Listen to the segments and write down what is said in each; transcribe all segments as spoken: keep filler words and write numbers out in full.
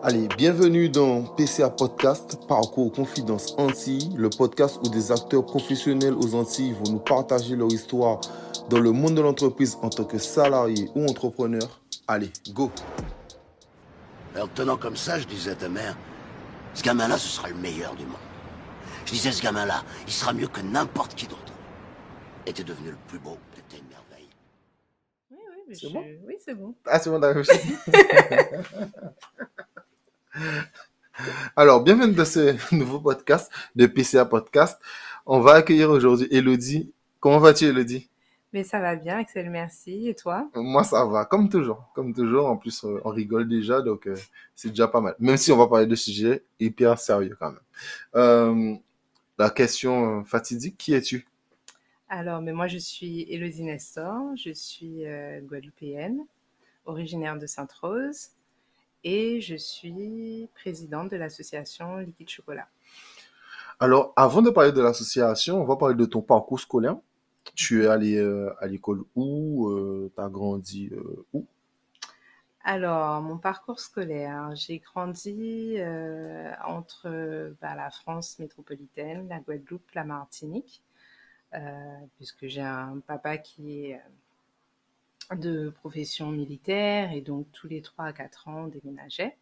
Allez, bienvenue dans P C A Podcast, Parcours Confidence Antilles, le podcast où des acteurs professionnels aux Antilles vont nous partager leur histoire dans le monde de l'entreprise en tant que salarié ou entrepreneur. Allez, go! Alors, tenant comme ça, je disais à ta mère, ce gamin-là, ce sera le meilleur du monde. Je disais, ce gamin-là, il sera mieux que n'importe qui d'autre. Et t'es devenu le plus beau, t'étais une merveille. Oui, oui, mais C'est je... bon oui, c'est bon. Ah, c'est bon, d'accord. Alors, bienvenue dans ce nouveau podcast de P C A Podcast. On va accueillir aujourd'hui Elodie. Comment vas-tu, Elodie? Mais ça va bien, Axel, merci. Et toi? Moi, ça va, comme toujours. Comme toujours, en plus, euh, on rigole déjà, donc euh, c'est déjà pas mal. Même si on va parler de sujets hyper sérieux quand même. Euh, la question euh, fatidique, qui es-tu? Alors, mais moi, je suis Élodie Nestor, je suis euh, guadeloupéenne, originaire de Sainte-Rose, et je suis présidente de l'association Liquide Chocolat. Alors, avant de parler de l'association, on va parler de ton parcours scolaire. Tu es allé euh, à l'école où? Euh, tu as grandi euh, où? Alors, mon parcours scolaire, j'ai grandi euh, entre euh, bah, la France métropolitaine, la Guadeloupe, la Martinique, euh, puisque j'ai un papa qui est euh, de profession militaire et donc tous les trois à quatre ans on déménageait.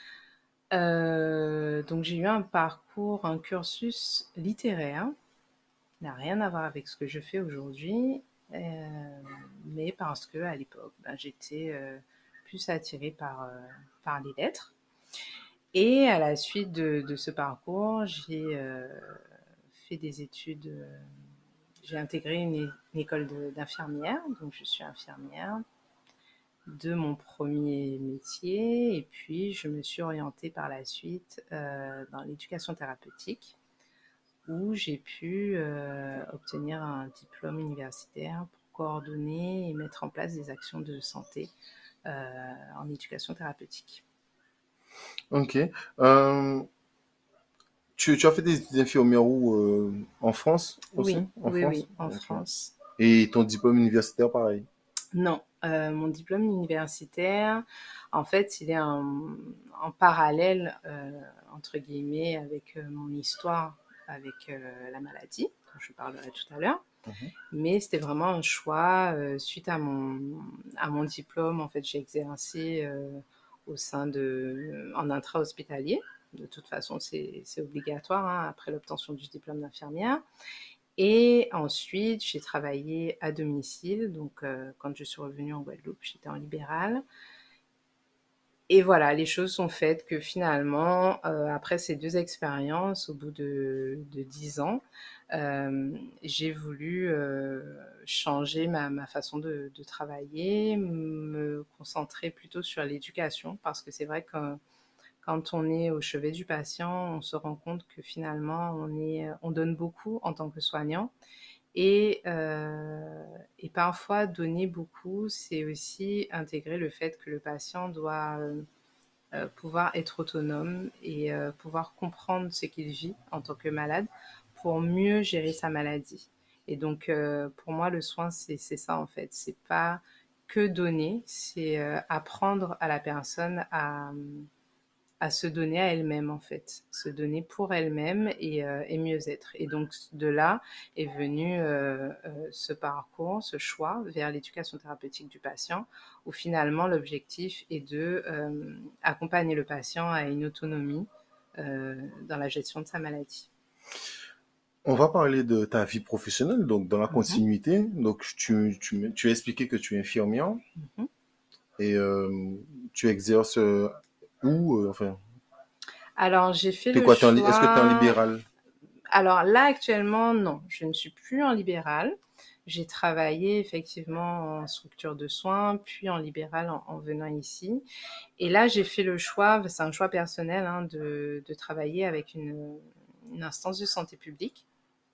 Euh, donc j'ai eu un parcours, un cursus littéraire, n'a rien à voir avec ce que je fais aujourd'hui, euh, mais parce que à l'époque, ben, j'étais euh, plus attirée par, euh, par les lettres. Et à la suite de, de ce parcours, j'ai euh, fait des études, euh, j'ai intégré une, une école de- d'infirmière, donc je suis infirmière de mon premier métier, et puis je me suis orientée par la suite euh, dans l'éducation thérapeutique, où j'ai pu euh, obtenir un diplôme universitaire pour coordonner et mettre en place des actions de santé euh, en éducation thérapeutique. Ok. Euh, tu, tu as fait des études d'infirmière où? Euh, en France aussi? Oui, En oui, France? oui, en Ok. France. Et ton diplôme universitaire, pareil? Non, euh, mon diplôme universitaire, en fait, il est en, en parallèle, euh, entre guillemets, avec euh, mon histoire avec euh, la maladie, dont je parlerai tout à l'heure. Mhm. Mais c'était vraiment un choix euh, suite à mon, à mon diplôme. En fait, j'ai exercé euh, au sein de, en intra-hospitalier. De toute façon, c'est c'est obligatoire hein, après l'obtention du diplôme d'infirmière. Et ensuite, j'ai travaillé à domicile. Donc, euh, quand je suis revenue en Guadeloupe, j'étais en libéral. Et voilà, les choses sont faites que finalement, euh, après ces deux expériences, au bout de, de dix ans, euh, j'ai voulu euh, changer ma, ma façon de, de travailler, me concentrer plutôt sur l'éducation, parce que c'est vrai que quand on est au chevet du patient, on se rend compte que finalement, on, est, on donne beaucoup en tant que soignant. Et, euh, et parfois, donner beaucoup, c'est aussi intégrer le fait que le patient doit euh, euh, pouvoir être autonome et euh, pouvoir comprendre ce qu'il vit en tant que malade pour mieux gérer sa maladie. Et donc, euh, pour moi, le soin, c'est c'est ça en fait. C'est pas que donner, c'est euh, apprendre à la personne à, à se donner à elle-même en fait, se donner pour elle-même et, euh, et mieux être. Et donc de là est venu euh, euh, ce parcours, ce choix vers l'éducation thérapeutique du patient, où finalement l'objectif est de euh, accompagner le patient à une autonomie euh, dans la gestion de sa maladie. On va parler de ta vie professionnelle, donc dans la Mhm, continuité. Donc, tu, tu, tu as expliqué que tu es infirmière mhm. et euh, tu exerces euh, où? euh, enfin, Alors j'ai fait t'es le quoi, t'es en li- est-ce que tu es en choix. libéral? Alors là, actuellement, non, je ne suis plus en libéral. J'ai travaillé effectivement en structure de soins, puis en libéral en, en venant ici. Et là, j'ai fait le choix, c'est un choix personnel, hein, de, de travailler avec une, une instance de santé publique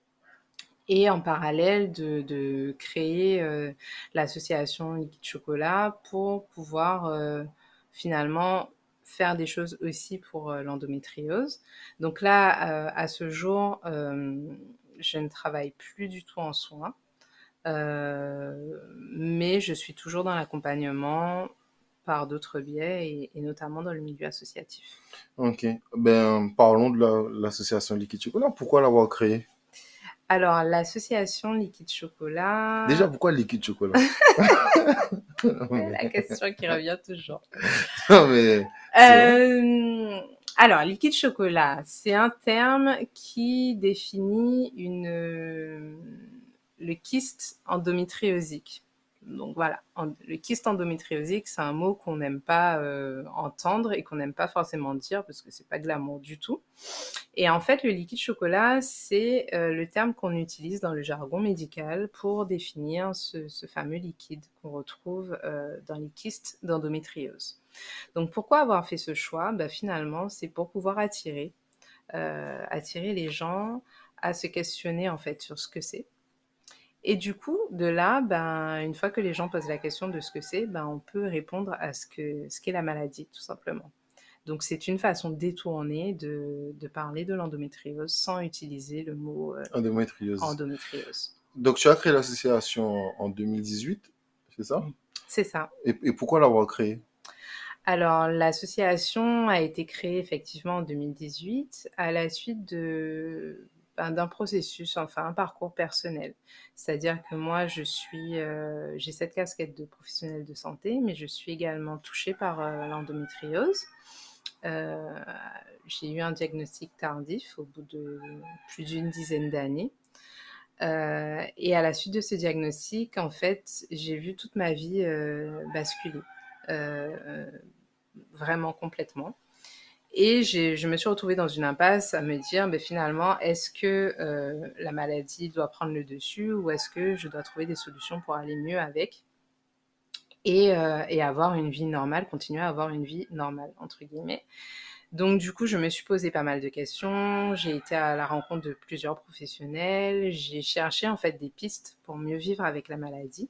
et en parallèle de, de créer euh, l'association Liquide Chocolat pour pouvoir euh, finalement faire des choses aussi pour euh, l'endométriose. Donc là, euh, à ce jour, euh, je ne travaille plus du tout en soins, euh, mais je suis toujours dans l'accompagnement par d'autres biais, et, et notamment dans le milieu associatif. Ok. Ben, parlons de la- l'association Liquide Chocolat. Pourquoi l'avoir créée? Alors, l'association Liquide Chocolat... Déjà, pourquoi Liquide Chocolat? La question qui revient toujours. Non, mais c'est vrai. Euh, alors, liquide chocolat, c'est un terme qui définit une, le kyste endométriosique. Donc voilà, en- le kyste endométriosique, c'est un mot qu'on n'aime pas euh, entendre et qu'on n'aime pas forcément dire parce que c'est pas glamour du tout. Et en fait, le liquide chocolat, c'est euh, le terme qu'on utilise dans le jargon médical pour définir ce, ce fameux liquide qu'on retrouve euh, dans les kystes d'endométriose. Donc pourquoi avoir fait ce choix? Bah, finalement, c'est pour pouvoir attirer, euh, attirer les gens à se questionner en fait sur ce que c'est. Et du coup, de là, ben, une fois que les gens posent la question de ce que c'est, ben, on peut répondre à ce que, ce qu'est la maladie, tout simplement. Donc, c'est une façon détournée de, de parler de l'endométriose sans utiliser le mot euh, Endométriose. endométriose. Donc, tu as créé l'association en deux mille dix-huit, c'est ça? C'est ça. Et, et pourquoi l'avoir créée? Alors, l'association a été créée effectivement en deux mille dix-huit à la suite de, ben, d'un processus, enfin un parcours personnel. C'est-à-dire que moi, je suis, euh, j'ai cette casquette de professionnelle de santé, mais je suis également touchée par euh, l'endométriose. Euh, j'ai eu un diagnostic tardif au bout de plus d'une dizaine d'années. Euh, et à la suite de ce diagnostic, en fait, j'ai vu toute ma vie euh, basculer. Euh, vraiment complètement. Et j'ai, je me suis retrouvée dans une impasse à me dire, mais finalement, est-ce que euh, la maladie doit prendre le dessus ou est-ce que je dois trouver des solutions pour aller mieux avec et, euh, et avoir une vie normale, continuer à avoir une vie normale, entre guillemets. Donc du coup, je me suis posé pas mal de questions, j'ai été à la rencontre de plusieurs professionnels, j'ai cherché en fait des pistes pour mieux vivre avec la maladie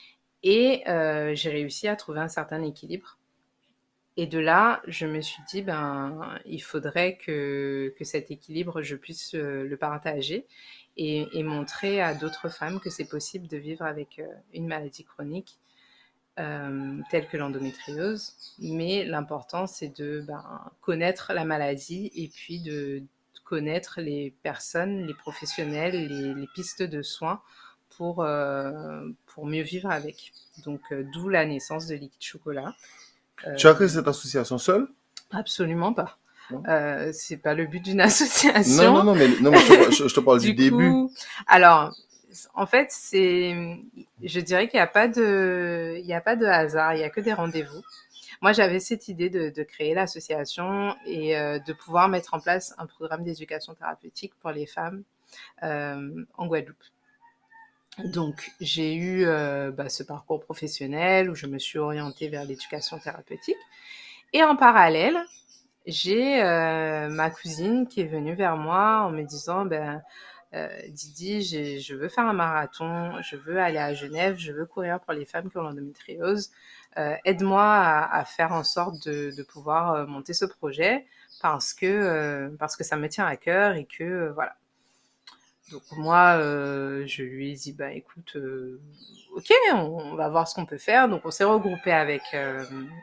et euh, j'ai réussi à trouver un certain équilibre. Et de là, je me suis dit, ben, il faudrait que, que cet équilibre, je puisse euh, le partager et, et montrer à d'autres femmes que c'est possible de vivre avec euh, une maladie chronique euh, telle que l'endométriose. Mais l'important, c'est de ben, connaître la maladie et puis de connaître les personnes, les professionnels, les, les pistes de soins pour, euh, pour mieux vivre avec. Donc, euh, d'où la naissance de Liquide Chocolat. Tu as créé cette association seule? Absolument pas. Non, Euh, c'est pas le but d'une non, association. non, non, mais, non, mais je, te, je- je te parle du Du début. coup, alors, en fait, c'est, je dirais qu'il n'y a pas de, il y a pas de hasard, il y a que des rendez-vous. Moi, j'avais cette idée de, de créer l'association et euh, de pouvoir mettre en place un programme d'éducation thérapeutique pour les femmes euh, en Guadeloupe. Donc, j'ai eu euh, bah, ce parcours professionnel où je me suis orientée vers l'éducation thérapeutique. Et en parallèle, j'ai euh, ma cousine qui est venue vers moi en me disant, ben, euh, Didi, j'ai, je veux faire un marathon, je veux aller à Genève, je veux courir pour les femmes qui ont l'endométriose. Euh, aide-moi à, à faire en sorte de, de pouvoir euh, monter ce projet parce que, euh, parce que ça me tient à cœur et que, euh, voilà. Donc moi, euh, je lui ai dit, bah écoute, euh, ok, on, on va voir ce qu'on peut faire. Donc on s'est regroupé avec euh,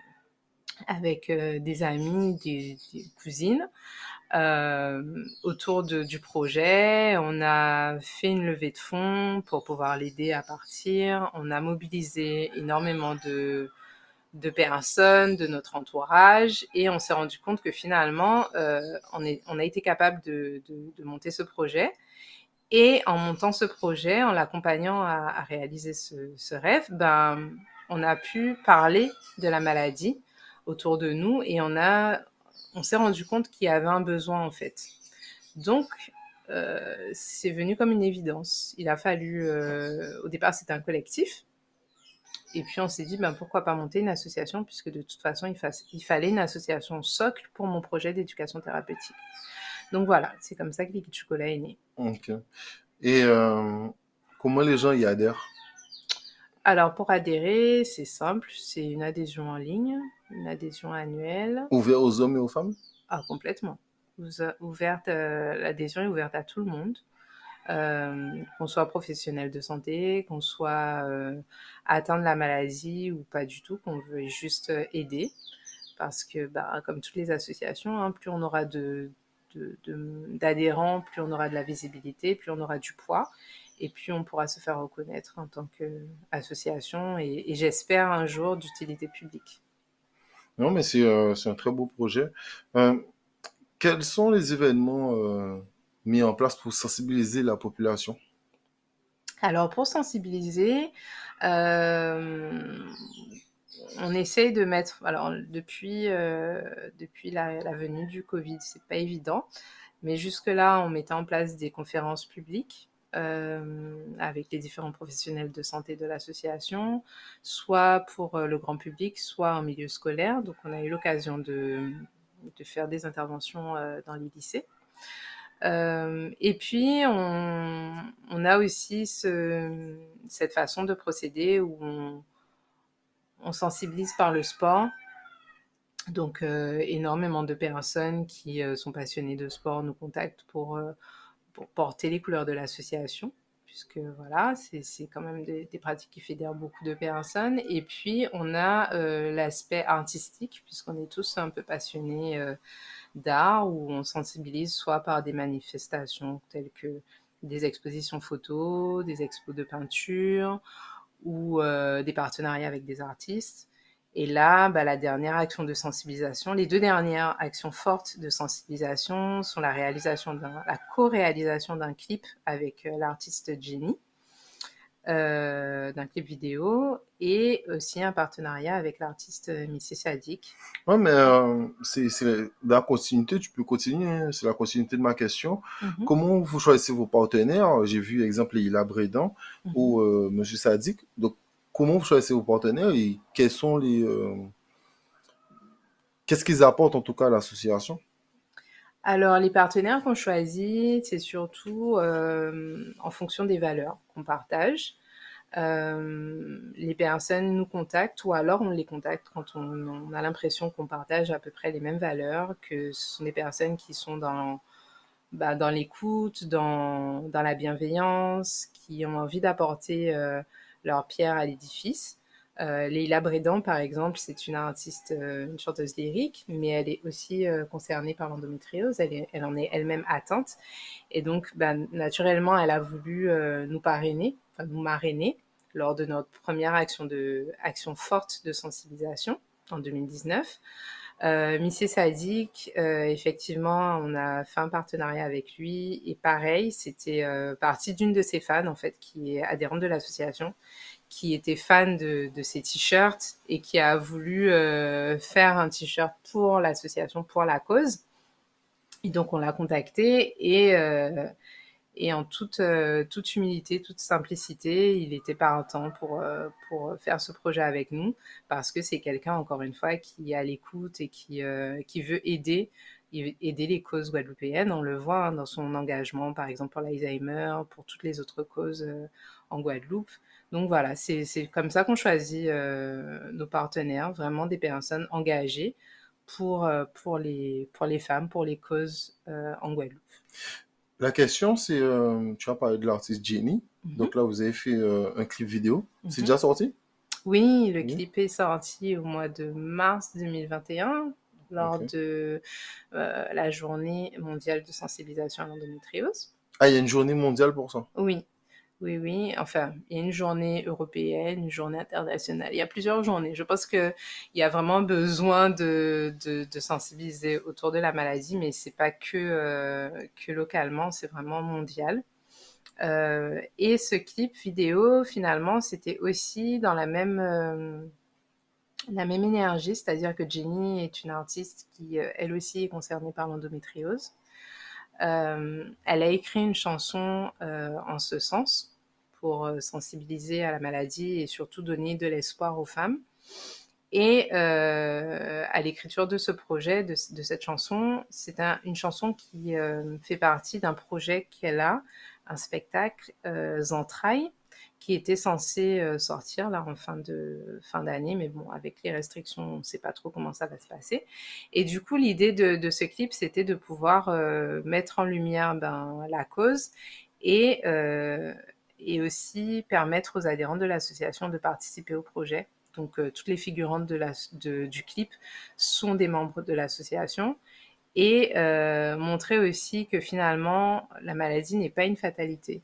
avec euh, des amis, des, des cousines euh, autour de, du projet. On a fait une levée de fonds pour pouvoir l'aider à partir. On a mobilisé énormément de de personnes, de notre entourage, et on s'est rendu compte que finalement, euh, on, est, on a été capable de, de, de monter ce projet. Et en montant ce projet, en l'accompagnant à, à réaliser ce, ce rêve, ben, on a pu parler de la maladie autour de nous et on a, on s'est rendu compte qu'il y avait un besoin en fait. Donc, euh, c'est venu comme une évidence. Il a fallu, euh, au départ, c'était un collectif. Et puis on s'est dit, ben, pourquoi pas monter une association, puisque de toute façon, il, fa- il fallait une association socle pour mon projet d'éducation thérapeutique. Donc voilà, c'est comme ça que Liquide Chocolat est né. Ok. Et euh, comment les gens y adhèrent? Alors, pour adhérer, c'est simple, c'est une adhésion en ligne, une adhésion annuelle. Ouvert aux hommes et aux femmes? Ah, complètement. Ouverte, euh, l'adhésion est ouverte à tout le monde. euh, qu'on soit professionnel de santé, qu'on soit euh, atteint de la maladie ou pas du tout, qu'on veut juste aider. Parce que, bah, comme toutes les associations, hein, plus on aura de, de, de, d'adhérents, plus on aura de la visibilité, plus on aura du poids, et puis on pourra se faire reconnaître en tant qu'association, et, et j'espère un jour d'utilité publique. Non, mais c'est euh, c'est un très beau projet. Euh, quels sont les événements euh, mis en place pour sensibiliser la population? Alors, pour sensibiliser, euh, on essaye de mettre, alors depuis, euh, depuis la, la venue du Covid, c'est pas évident, mais jusque-là, on mettait en place des conférences publiques euh, avec les différents professionnels de santé de l'association, soit pour euh, le grand public, soit en milieu scolaire. Donc, on a eu l'occasion de, de faire des interventions euh, dans les lycées. Euh, et puis, on, on a aussi ce, cette façon de procéder où on, on sensibilise par le sport. Donc, euh, énormément de personnes qui euh, sont passionnées de sport nous contactent pour, euh, pour porter les couleurs de l'association, puisque voilà, c'est, c'est quand même des, des pratiques qui fédèrent beaucoup de personnes. Et puis, on a euh, l'aspect artistique, puisqu'on est tous un peu passionnés euh, d'art, où on sensibilise soit par des manifestations telles que des expositions photos, des expos de peinture, ou euh, des partenariats avec des artistes. Et là, bah, la dernière action de sensibilisation, les deux dernières actions fortes de sensibilisation sont la réalisation d'un, la co-réalisation d'un clip avec euh, l'artiste Jenny, euh, d'un clip vidéo, et aussi un partenariat avec l'artiste Missy Sadik. Ouais, mais euh, c'est c'est la continuité, tu peux continuer, hein, c'est la continuité de ma question. Mm-hmm. Comment vous choisissez vos partenaires? J'ai vu, exemple, Ila Brédan Mm-hmm. ou euh, Monsieur Sadik. Donc, comment vous choisissez vos partenaires et quels sont les... euh, qu'est-ce qu'ils apportent en tout cas à l'association? Alors, les partenaires qu'on choisit, c'est surtout euh, en fonction des valeurs qu'on partage. Euh, les personnes nous contactent ou alors on les contacte quand on, on a l'impression qu'on partage à peu près les mêmes valeurs, que ce sont des personnes qui sont dans, bah, dans l'écoute, dans, dans la bienveillance, qui ont envie d'apporter euh, leur pierre à l'édifice. Euh, Leila Brédan, par exemple, c'est une artiste, euh, une chanteuse lyrique, mais elle est aussi euh, concernée par l'endométriose, elle, est, elle en est elle-même atteinte. Et donc, bah, naturellement, elle a voulu euh, nous parrainer, enfin nous marrainer, lors de notre première action, de, action forte de sensibilisation en deux mille dix-neuf. Euh, Missy Sadik, euh, effectivement, on a fait un partenariat avec lui et pareil, c'était euh, partie d'une de ses fans en fait, qui est adhérente de l'association, qui était fan de, de ses t-shirts et qui a voulu euh, faire un t-shirt pour l'association, pour la cause. Et donc on l'a contacté et euh, et en toute, euh, toute humilité, toute simplicité, il était partant pour, euh, pour faire ce projet avec nous, parce que c'est quelqu'un, encore une fois, qui est à l'écoute et qui, euh, qui veut aider, aider les causes guadeloupéennes. On le voit hein, dans son engagement, par exemple pour l'Alzheimer, pour toutes les autres causes euh, en Guadeloupe. Donc voilà, c'est, c'est comme ça qu'on choisit euh, nos partenaires, vraiment des personnes engagées pour, euh, pour, les, pour les femmes, pour les causes euh, en Guadeloupe. La question, c'est, euh, tu as parlé de l'artiste Jenny. Mm-hmm. Donc là, vous avez fait euh, un clip vidéo. Mm-hmm. C'est déjà sorti? Oui, le oui. clip est sorti au mois de mars deux mille vingt et un, lors okay. de euh, la journée mondiale de sensibilisation à l'endométriose. Ah, il y a une journée mondiale pour ça? Oui. Oui, oui. Enfin, il y a une journée européenne, une journée internationale. Il y a plusieurs journées. Je pense qu'il y a vraiment besoin de, de, de sensibiliser autour de la maladie, mais c'est pas que, euh, que localement, c'est vraiment mondial. Euh, et ce clip vidéo, finalement, c'était aussi dans la même, euh, la même énergie, c'est-à-dire que Jenny est une artiste qui, euh, elle aussi, est concernée par l'endométriose. Euh, elle a écrit une chanson euh, en ce sens pour euh, sensibiliser à la maladie et surtout donner de l'espoir aux femmes. Et euh, à l'écriture de ce projet, de, de cette chanson, c'est un, une chanson qui euh, fait partie d'un projet qu'elle a, un spectacle, euh, Zentrailles, qui était censé euh, sortir là en fin de fin d'année, mais bon, avec les restrictions, on ne sait pas trop comment ça va se passer. Et du coup, l'idée de, de ce clip, c'était de pouvoir euh, mettre en lumière ben, la cause et, euh, et aussi permettre aux adhérents de l'association de participer au projet. Donc, euh, toutes les figurantes de la, de, du clip sont des membres de l'association et euh, montrer aussi que finalement, la maladie n'est pas une fatalité,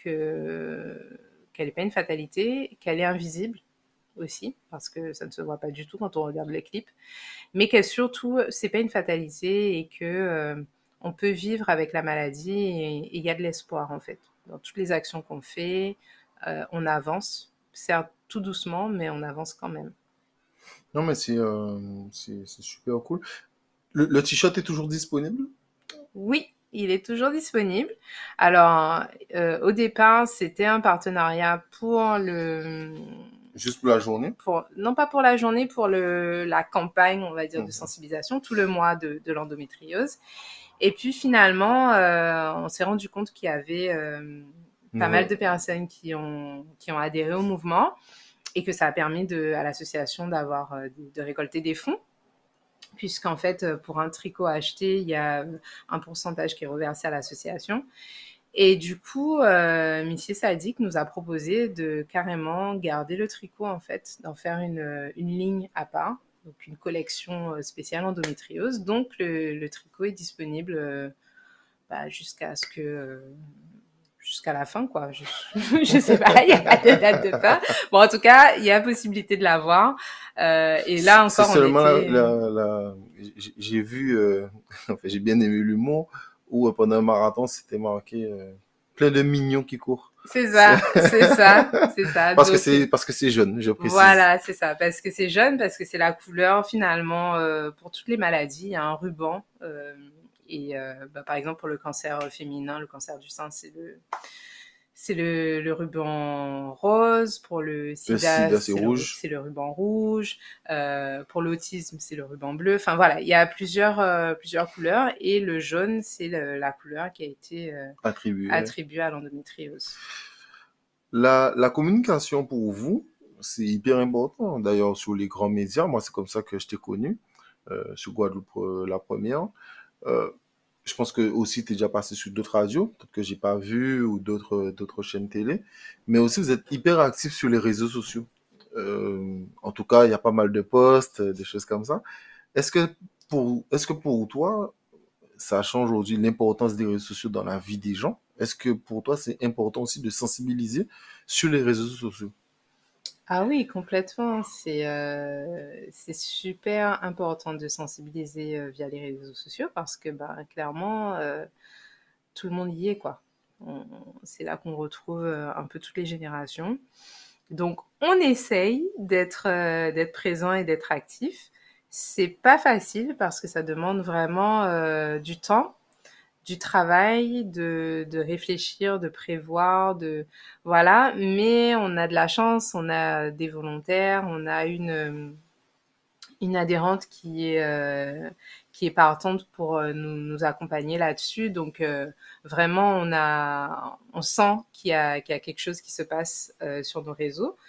que, qu'elle n'est pas une fatalité, qu'elle est invisible aussi, parce que ça ne se voit pas du tout quand on regarde les clips, mais que surtout, c'est pas une fatalité et que euh, on peut vivre avec la maladie et il y a de l'espoir en fait. Dans toutes les actions qu'on fait, euh, on avance, certes tout doucement, mais on avance quand même. Non, mais c'est euh, c'est c'est super cool. Le, le t-shirt est toujours disponible? Oui, il est toujours disponible. Alors, euh, au départ, c'était un partenariat pour le, Juste pour la journée? pour, non pas pour la journée, pour le, la campagne, on va dire, de Mhm. sensibilisation, tout le mois de, de l'endométriose. Et puis finalement, euh, on s'est rendu compte qu'il y avait euh, pas mal Ouais. de personnes qui ont, qui ont adhéré au mouvement et que ça a permis de, à l'association d'avoir, euh, de, de récolter des fonds. Puisqu'en fait, pour un tricot acheté, il y a un pourcentage qui est reversé à l'association. Et du coup, euh, Missier Sadik nous a proposé de carrément garder le tricot, en fait, d'en faire une, une ligne à part, donc une collection spéciale endométriose. Donc, le, le tricot est disponible euh, bah, jusqu'à ce que... Euh, jusqu'à la fin, quoi. Je, je sais pas, il n'y a pas de date de fin. Bon, en tout cas, il y a possibilité de l'avoir. Euh, et là C'est encore, on seulement la, était... la, la- j'ai j'ai vu, euh, en fait, j'ai bien aimé l'humour où euh, pendant un marathon, c'était marqué euh, plein de mignons qui courent. C'est C'est- ça, c'est ça, c'est ça. Parce que Donc, c'est parce que c'est jeune, je précise. voilà, c'est ça. Parce que c'est jeune, parce que c'est la couleur, finalement, euh, pour toutes les maladies. Il y a un ruban. Euh, et euh, bah, par exemple, pour le cancer féminin, le cancer du sein, c'est le, c'est le, le ruban rose. Pour le Le sida, sida, c'est c'est le, rouge. c'est le ruban rouge. Euh, pour l'autisme, c'est le ruban bleu. Enfin, voilà, il y a plusieurs, euh, plusieurs couleurs. Et le jaune, c'est le- la couleur qui a été euh, Attribué. attribuée à l'endométriose. La, la communication pour vous, c'est hyper important. D'ailleurs, sur les grands médias, moi, c'est comme ça que je t'ai connu, euh, sur Guadeloupe, euh, la première. Euh, je pense que aussi tu es déjà passé sur d'autres radios, peut-être que j'ai pas vu, ou d'autres d'autres chaînes télé. Mais aussi, vous êtes hyper actif sur les réseaux sociaux. Euh, en tout cas, il y a pas mal de posts, euh, des choses comme ça. Est-ce que pour, est-ce que pour toi, ça change aujourd'hui l'importance des réseaux sociaux dans la vie des gens? Est-ce que pour toi, c'est important aussi de sensibiliser sur les réseaux sociaux? Ah oui, complètement. C'est euh, c'est super important de sensibiliser euh, via les réseaux sociaux parce que bah, clairement, euh, tout le monde y est, quoi. On- C'est là qu'on retrouve euh, un peu toutes les générations. Donc, on essaye d'être euh, d'être présent et d'être actif. C'est pas facile parce que ça demande vraiment euh, du temps, du travail, de, de réfléchir, de prévoir, de voilà. Mais on a de la chance, on a des volontaires, on a une une adhérente qui est euh, qui est partante pour euh, nous, nous accompagner là-dessus. Donc euh, vraiment, on a on sent qu'il y a qu'il y a quelque chose qui se passe euh, sur nos réseaux.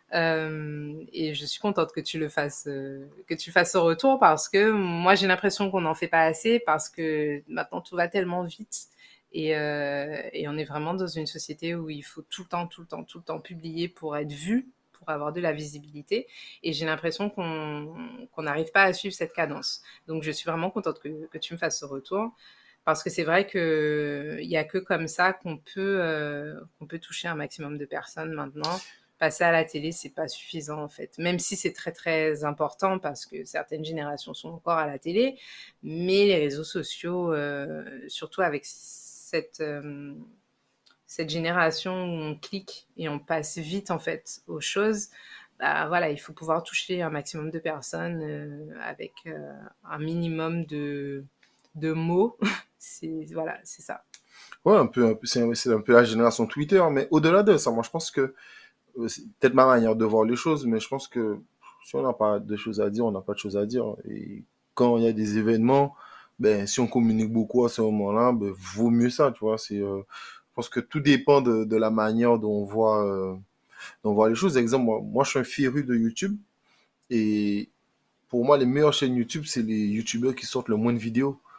Euh, et je suis contente que tu le fasses, euh, que tu fasses ce retour parce que moi j'ai l'impression qu'on n'en fait pas assez parce que maintenant tout va tellement vite et, euh, et on est vraiment dans une société où il faut tout le temps, tout le temps, tout le temps publier pour être vu, pour avoir de la visibilité. Et j'ai l'impression qu'on qu'on n'arrive pas à suivre cette cadence. Donc je suis vraiment contente que, que tu me fasses ce retour parce que c'est vrai que il y a que comme ça qu'on peut euh, qu'on peut toucher un maximum de personnes maintenant. Passer à la télé, c'est pas suffisant en fait. Même si c'est très très important parce que certaines générations sont encore à la télé, mais les réseaux sociaux, euh, surtout avec cette euh, cette génération où on clique et on passe vite en fait aux choses, bah voilà, il faut pouvoir toucher un maximum de personnes euh, avec euh, un minimum de de mots. C'est voilà, c'est ça. Ouais, un peu, un peu, c'est un, c'est un peu la génération Twitter, mais au-delà de ça, moi, je pense que euh, c'est peut-être ma manière de voir les choses, mais je pense que si on n'a pas de choses à dire, on n'a pas de choses à dire. Et quand il y a des événements, ben, si on communique beaucoup à ce moment-là, ben, vaut mieux ça, tu vois. C'est, euh, je pense que tout dépend de, de la manière dont on voit, euh, dont on voit les choses. Exemple, moi, moi, je suis un féru de YouTube et pour moi, les meilleures chaînes YouTube, c'est les YouTubeurs qui sortent le moins de vidéos.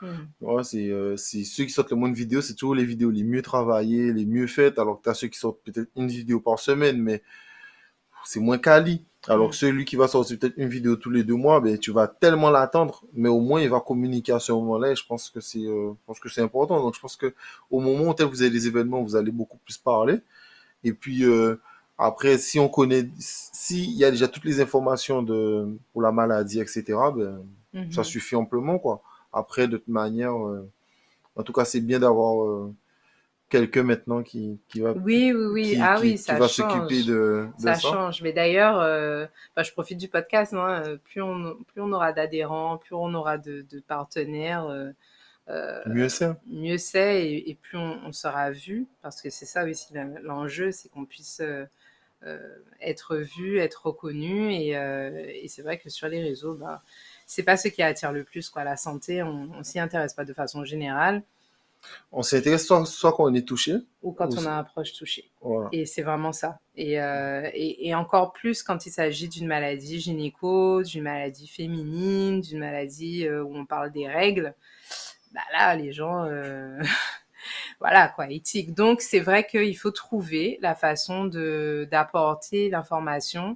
Mhm. Ouais, c'est, euh, c'est ceux qui sortent le moins de vidéos, c'est toujours les vidéos les mieux travaillées, les mieux faites, alors que tu as ceux qui sortent peut-être une vidéo par semaine, mais c'est moins quali. Alors que Mhm. celui qui va sortir peut-être une vidéo tous les deux mois, ben, tu vas tellement l'attendre, mais au moins il va communiquer à ce moment-là, et je pense que c'est, euh, je pense que c'est important. Donc je pense que au moment où tel vous avez des événements, vous allez beaucoup plus parler. Et puis euh, après, si on connaît, s'il y a déjà toutes les informations de, pour la maladie, et cetera, ben, ça Mhm. suffit amplement, quoi. Après, de toute manière, euh, en tout cas, c'est bien d'avoir euh, quelqu'un maintenant qui, qui va, Oui, oui, oui. qui, Ah oui, qui, qui ça va s'occuper change. de, de Ça ça. change. Mais d'ailleurs, euh, enfin, je profite du podcast, hein, euh, plus on, plus on aura d'adhérents, plus on aura de, de partenaires, euh, euh, Mieux c'est. mieux c'est et, et plus on, on sera vu. Parce que c'est ça aussi la- l'enjeu, c'est qu'on puisse euh, euh, être vu, être reconnu. Et, euh, et c'est vrai que sur les réseaux, bah, c'est pas ce qui attire le plus, quoi. La santé, on, on s'y intéresse pas de façon générale On s'intéresse soit, soit quand on est touché, ou ou, quand on a un proche touché. voilà. Et c'est vraiment ça. Et, euh, et, et encore plus quand il s'agit d'une maladie gynéco, d'une maladie féminine, d'une maladie euh, où on parle des règles. Bah là, les gens, euh, voilà quoi, éthique. Donc c'est vrai qu'il faut trouver la façon de d'apporter l'information.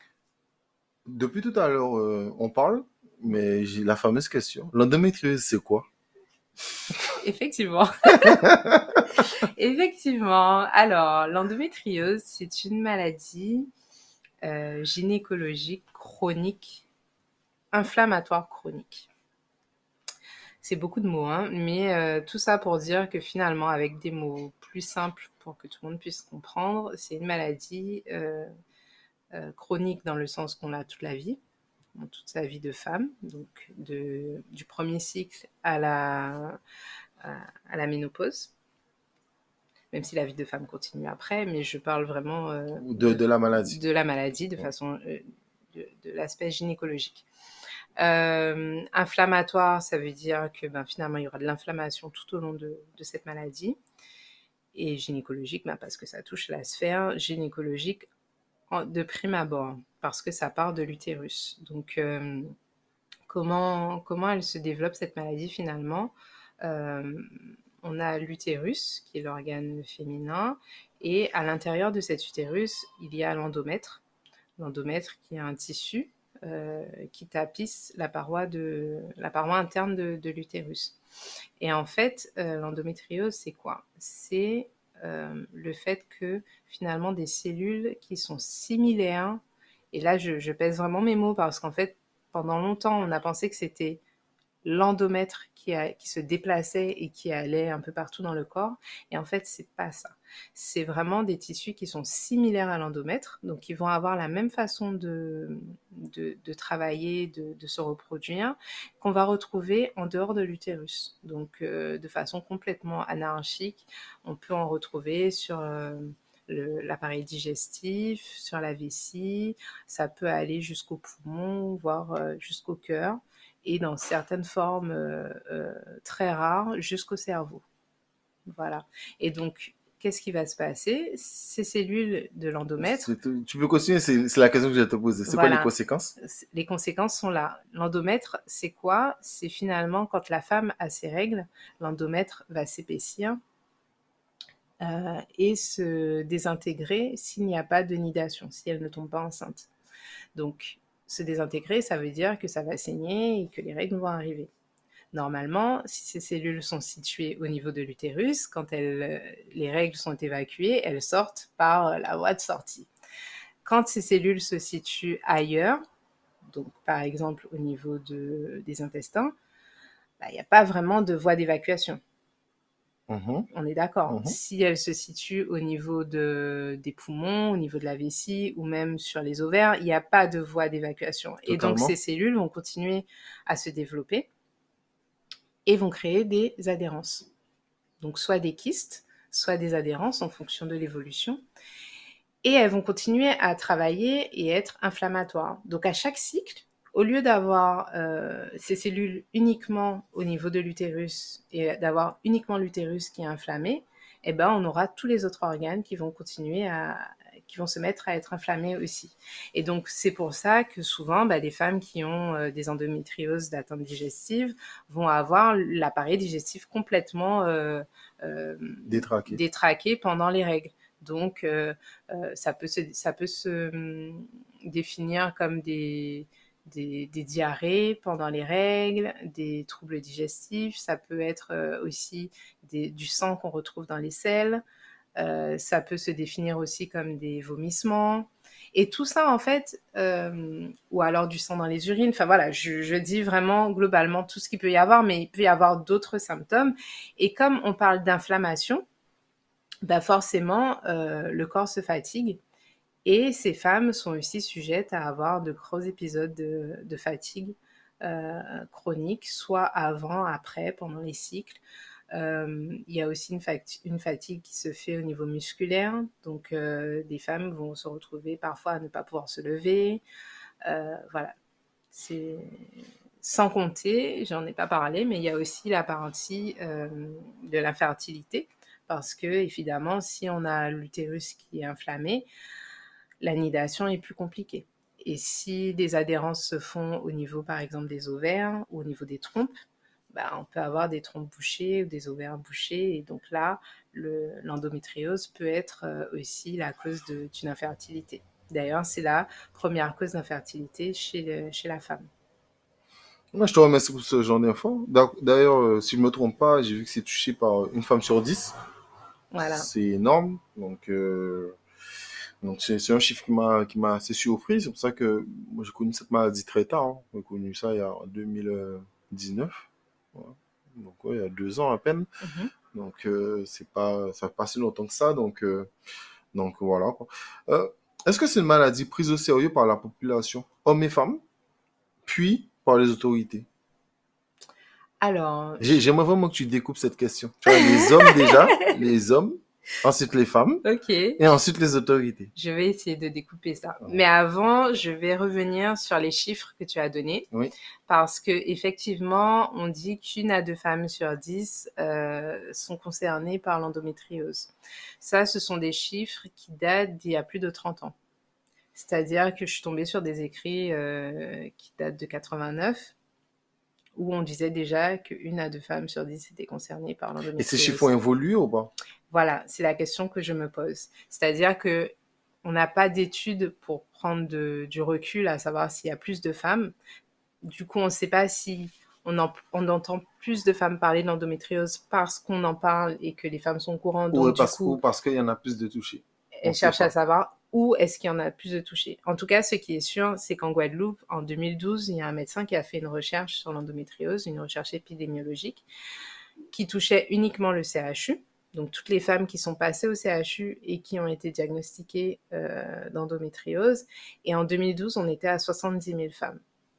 Depuis tout à l'heure, euh, on parle, mais j'ai la fameuse question. L'endométriose, c'est quoi? Effectivement, effectivement. Alors l'endométriose, c'est une maladie euh, gynécologique chronique, inflammatoire chronique. C'est beaucoup de mots, hein, mais euh, tout ça pour dire que finalement, avec des mots plus simples pour que tout le monde puisse comprendre, c'est une maladie euh, euh, chronique dans le sens qu'on l'a toute la vie, dans toute sa vie de femme, donc de, du premier cycle à la, à, à la ménopause, même si la vie de femme continue après, mais je parle vraiment euh, De, de, de la maladie. de la maladie de façon euh, de, de l'aspect gynécologique. Euh, inflammatoire, ça veut dire que ben, finalement, il y aura de l'inflammation tout au long de, de cette maladie. Et gynécologique, ben, parce que ça touche la sphère gynécologique en, de prime abord, parce que ça part de l'utérus. Donc, euh, comment, comment elle se développe cette maladie finalement? euh, On a l'utérus, qui est l'organe féminin, et à l'intérieur de cet utérus, il y a l'endomètre. L'endomètre qui est un tissu euh, qui tapisse la paroi, de, la paroi interne de, de l'utérus. Et en fait, euh, l'endométriose, c'est quoi? C'est euh, le fait que finalement des cellules qui sont similaires, et là je, je pèse vraiment mes mots parce qu'en fait, pendant longtemps, on a pensé que c'était l'endomètre qui, a, qui se déplaçait et qui allait un peu partout dans le corps. Et en fait, c'est pas ça. C'est vraiment des tissus qui sont similaires à l'endomètre, donc qui vont avoir la même façon de, de, de travailler, de, de se reproduire, qu'on va retrouver en dehors de l'utérus. Donc, euh, de façon complètement anarchique, on peut en retrouver sur... Euh, l'appareil digestif, sur la vessie, ça peut aller jusqu'au poumon, voire euh, jusqu'au cœur et dans certaines formes euh, euh, très rares jusqu'au cerveau. Voilà. Et donc, qu'est-ce qui va se passer? Ces cellules de l'endomètre, Tu peux continuer, c'est c'est la question que je vais te poser. C'est quoi les voilà, conséquences? les conséquences sont là. L'endomètre, c'est quoi? C'est finalement quand la femme a ses règles, l'endomètre va s'épaissir euh, et se désintégrer s'il n'y a pas de nidation, si elle ne tombe pas enceinte. Donc, se désintégrer, ça veut dire que ça va saigner et que les règles vont arriver. Normalement, si ces cellules sont situées au niveau de l'utérus, quand elles, les règles sont évacuées, elles sortent par la voie de sortie. Quand ces cellules se situent ailleurs, donc par exemple au niveau de, des intestins, il n'y a pas vraiment de voie d'évacuation. Mhm, On est d'accord. mhm. Si elles se situent au niveau de, des poumons, au niveau de la vessie ou même sur les ovaires, il n'y a pas de voie d'évacuation. Et donc ces Totalement. cellules vont continuer à se développer et vont créer des adhérences. Donc soit des kystes, soit des adhérences en fonction de l'évolution. Et elles vont continuer à travailler et être inflammatoires. Donc à chaque cycle, au lieu d'avoir euh, ces cellules uniquement au niveau de l'utérus et d'avoir uniquement l'utérus qui est inflammé, eh ben, on aura tous les autres organes qui vont continuer à, qui vont se mettre à être inflammées aussi. Et donc, c'est pour ça que souvent, bah, les femmes qui ont euh, des endométrioses d'atteinte digestive vont avoir l'appareil digestif complètement euh, euh, Détraqué. détraqué pendant les règles. Donc, euh, euh, ça peut se, ça peut se hum, définir comme des, des, des diarrhées pendant les règles, des troubles digestifs. Ça peut être euh, aussi des, du sang qu'on retrouve dans les selles. Euh, ça peut se définir aussi comme des vomissements. Et tout ça, en fait, euh, ou alors du sang dans les urines. Enfin voilà, je, je dis vraiment globalement tout ce qu'il peut y avoir, mais il peut y avoir d'autres symptômes. Et comme on parle d'inflammation, bah forcément, euh, le corps se fatigue. Et ces femmes sont aussi sujettes à avoir de gros épisodes de, de fatigue euh, chronique, soit avant, après, pendant les cycles. Euh, il y a aussi une, fati- une fatigue qui se fait au niveau musculaire. Donc, euh, des femmes vont se retrouver parfois à ne pas pouvoir se lever. Euh, voilà. C'est... Sans compter, j'en ai pas parlé, mais il y a aussi la partie euh, de l'infertilité. Parce que, évidemment, si on a l'utérus qui est inflammé, la nidation est plus compliquée. Et si des adhérences se font au niveau, par exemple, des ovaires ou au niveau des trompes, bah, on peut avoir des trompes bouchées ou des ovaires bouchés. Et donc là, le, l'endométriose peut être euh, aussi la cause de, d'une infertilité. D'ailleurs, c'est la première cause d'infertilité chez, le, chez la femme. Moi, je te remercie pour ce genre d'infos. D'ailleurs, euh, si je me trompe pas, j'ai vu que c'est touché par une femme sur dix. Voilà. C'est énorme. Donc, euh, donc c'est, c'est un chiffre qui m'a, qui m'a assez surpris. C'est pour ça que moi, j'ai connu cette maladie très tard. Hein. J'ai connu ça il y a en deux mille dix-neuf. Voilà. Donc, ouais, il y a deux ans à peine. Mm-hmm. Donc, euh, c'est pas, ça fait pas si longtemps que ça. Donc, euh, donc voilà. Quoi. Euh, est-ce que c'est une maladie prise au sérieux par la population, hommes et femmes, puis par les autorités? Alors, J'ai- J'aimerais vraiment que tu découpes cette question. Tu vois, les hommes déjà, les hommes, ensuite les femmes, ok. et ensuite les autorités. Je vais essayer de découper ça. Ah. Mais avant, je vais revenir sur les chiffres que tu as donnés. Oui. Parce que effectivement, on dit qu'une à deux femmes sur dix euh, sont concernées par l'endométriose. Ça, ce sont des chiffres qui datent d'il y a plus de trente ans. C'est-à-dire que je suis tombée sur des écrits euh, qui datent de quatre-vingt-neuf, où on disait déjà qu'une à deux femmes sur dix étaient concernées par l'endométriose. Et ces chiffres ont évolué ou pas? Voilà, c'est la question que je me pose. C'est-à-dire que on n'a pas d'études pour prendre de, du recul à savoir s'il y a plus de femmes. Du coup, on ne sait pas si on, en, on entend plus de femmes parler d'endométriose parce qu'on en parle et que les femmes sont au courant. Donc, Ou du parce, coup, ou parce qu'il y en a plus de touchés. On elles sait cherchent pas. à savoir où est-ce qu'il y en a plus de touchés. En tout cas, ce qui est sûr, c'est qu'en Guadeloupe, en deux mille douze, il y a un médecin qui a fait une recherche sur l'endométriose, une recherche épidémiologique, qui touchait uniquement le C H U. Donc, toutes les femmes qui sont passées au C H U et qui ont été diagnostiquées euh, d'endométriose. Et en deux mille douze, on était à soixante-dix mille femmes.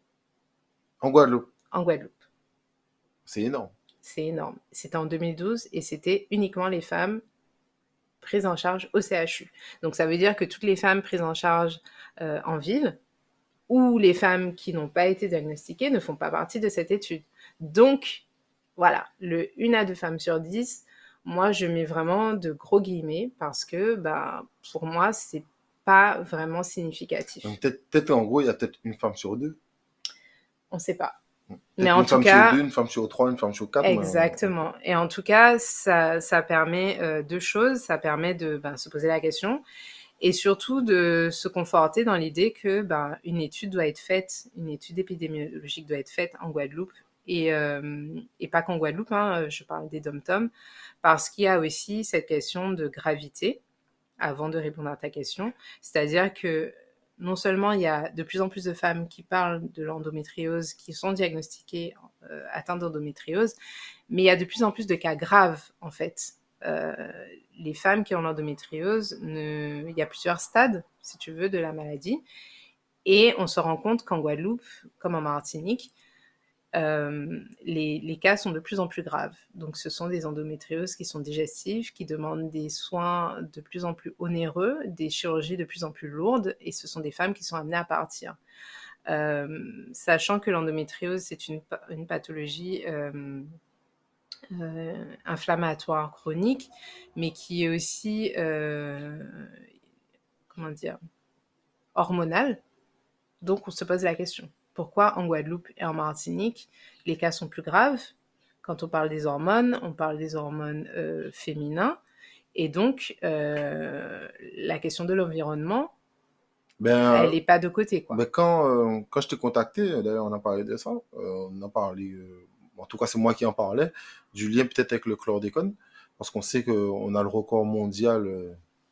En Guadeloupe. En Guadeloupe. C'est énorme. C'est énorme. C'était en deux mille douze et c'était uniquement les femmes prises en charge au C H U. Donc, ça veut dire que toutes les femmes prises en charge euh, en ville ou les femmes qui n'ont pas été diagnostiquées ne font pas partie de cette étude. Donc, voilà, le une à deux femmes sur dix, moi, je mets vraiment de gros guillemets parce que, bah, pour moi, c'est pas vraiment significatif. Donc, peut-être, peut-être en gros, il y a peut-être une femme sur deux. On ne sait pas. Peut-être Mais en une tout femme cas, sur deux, une femme sur trois, une femme sur quatre. exactement. Mais... Et en tout cas, ça, ça permet euh, deux choses. Ça permet de ben, se poser la question et surtout de se conforter dans l'idée que ben, une étude doit être faite, une étude épidémiologique doit être faite en Guadeloupe et, euh, et pas qu'en Guadeloupe, hein, je parle des dom-tom, parce qu'il y a aussi cette question de gravité, avant de répondre à ta question, c'est-à-dire que non seulement il y a de plus en plus de femmes qui parlent de l'endométriose, qui sont diagnostiquées euh, atteintes d'endométriose, mais il y a de plus en plus de cas graves, en fait. Euh, les femmes qui ont l'endométriose, ne... il y a plusieurs stades, si tu veux, de la maladie. Et on se rend compte qu'en Guadeloupe, comme en Martinique, euh, les, les cas sont de plus en plus graves. Donc, ce sont des endométrioses qui sont digestives, qui demandent des soins de plus en plus onéreux, des chirurgies de plus en plus lourdes, et ce sont des femmes qui sont amenées à partir. Euh, sachant que l'endométriose, c'est une, une pathologie euh, euh, inflammatoire chronique, mais qui est aussi, euh, comment dire, hormonale. Donc, on se pose la question. Pourquoi en Guadeloupe et en Martinique, les cas sont plus graves? Quand on parle des hormones, on parle des hormones euh, féminins. Et donc, euh, la question de l'environnement, Ben, elle n'est pas de côté, quoi. ben quand, euh, quand je t'ai contacté, d'ailleurs, on a parlé de ça. euh, on a parlé, euh, en tout cas, c'est moi qui en parlais, du lien peut-être avec le chlordécone, parce qu'on sait qu'on a le record mondial, euh,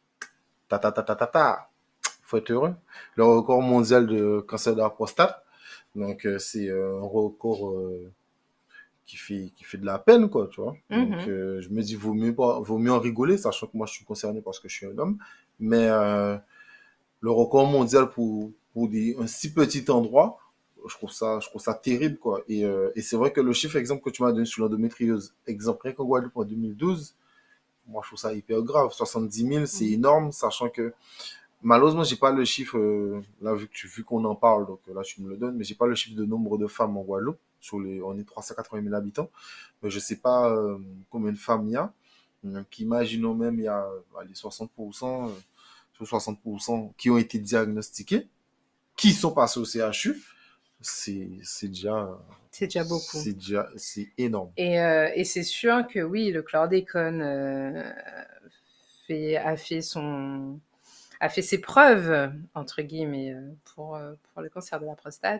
ta ta ta ta ta ta, faut être heureux, le record mondial de cancer de la prostate. Donc, euh, c'est euh, un record euh, qui fait, qui fait de la peine, quoi, tu vois. Donc, Mhm. euh, je me dis, vaut mieux, pas, vaut mieux en rigoler, sachant que moi, je suis concerné parce que je suis un homme. Mais euh, le record mondial pour, pour des, un si petit endroit, je trouve ça, je trouve ça terrible, quoi. Et, euh, et c'est vrai que le chiffre exemple que tu m'as donné sur l'endométriose, exemple rien qu'en Guadeloupe en deux mille douze, moi, je trouve ça hyper grave. soixante-dix mille, c'est Mhm. énorme, sachant que malheureusement, j'ai pas le chiffre, euh, là, vu que tu, vu qu'on en parle, donc euh, là, tu me le donnes, mais j'ai pas le chiffre de nombre de femmes en Guadeloupe. Sur les, on est trois cent quatre-vingt mille habitants. Mais je sais pas euh, combien de femmes il y a. Donc, imaginons même, il y a euh, allez, soixante pour cent, euh, sur soixante pour cent qui ont été diagnostiqués, qui sont passés au C H U. C'est, c'est déjà, C'est déjà beaucoup. c'est déjà, c'est énorme. Et, euh, et c'est sûr que oui, le chlordécone euh, fait, a fait son, a fait ses preuves entre guillemets pour pour le cancer de la prostate.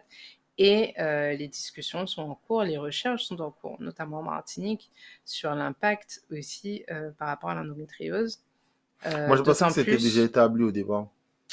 Et euh, les discussions sont en cours, les recherches sont en cours, notamment en Martinique, sur l'impact aussi euh, par rapport à l'endométriose. Euh, Moi, je pensais que d'autant c'était déjà plus, établi au départ.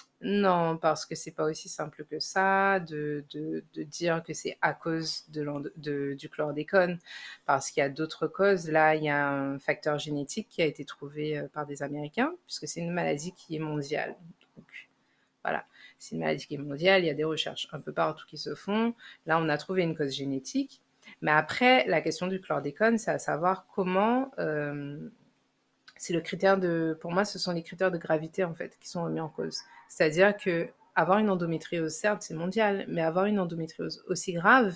non, parce que c'est pas aussi simple que ça de, de, de dire que c'est à cause de l'endo- de- du chlordécone, parce qu'il y a d'autres causes. Là, il y a un facteur génétique qui a été trouvé euh, par des Américains, puisque c'est une maladie qui est mondiale. Donc, voilà, c'est une maladie qui est mondiale, il y a des recherches un peu partout qui se font. Là, on a trouvé une cause génétique. Mais après, la question du chlordécone, c'est à savoir comment... euh, c'est le critère de... Pour moi, ce sont les critères de gravité, en fait, qui sont remis en cause. C'est-à-dire que avoir une endométriose, certes, c'est mondial, mais avoir une endométriose aussi grave,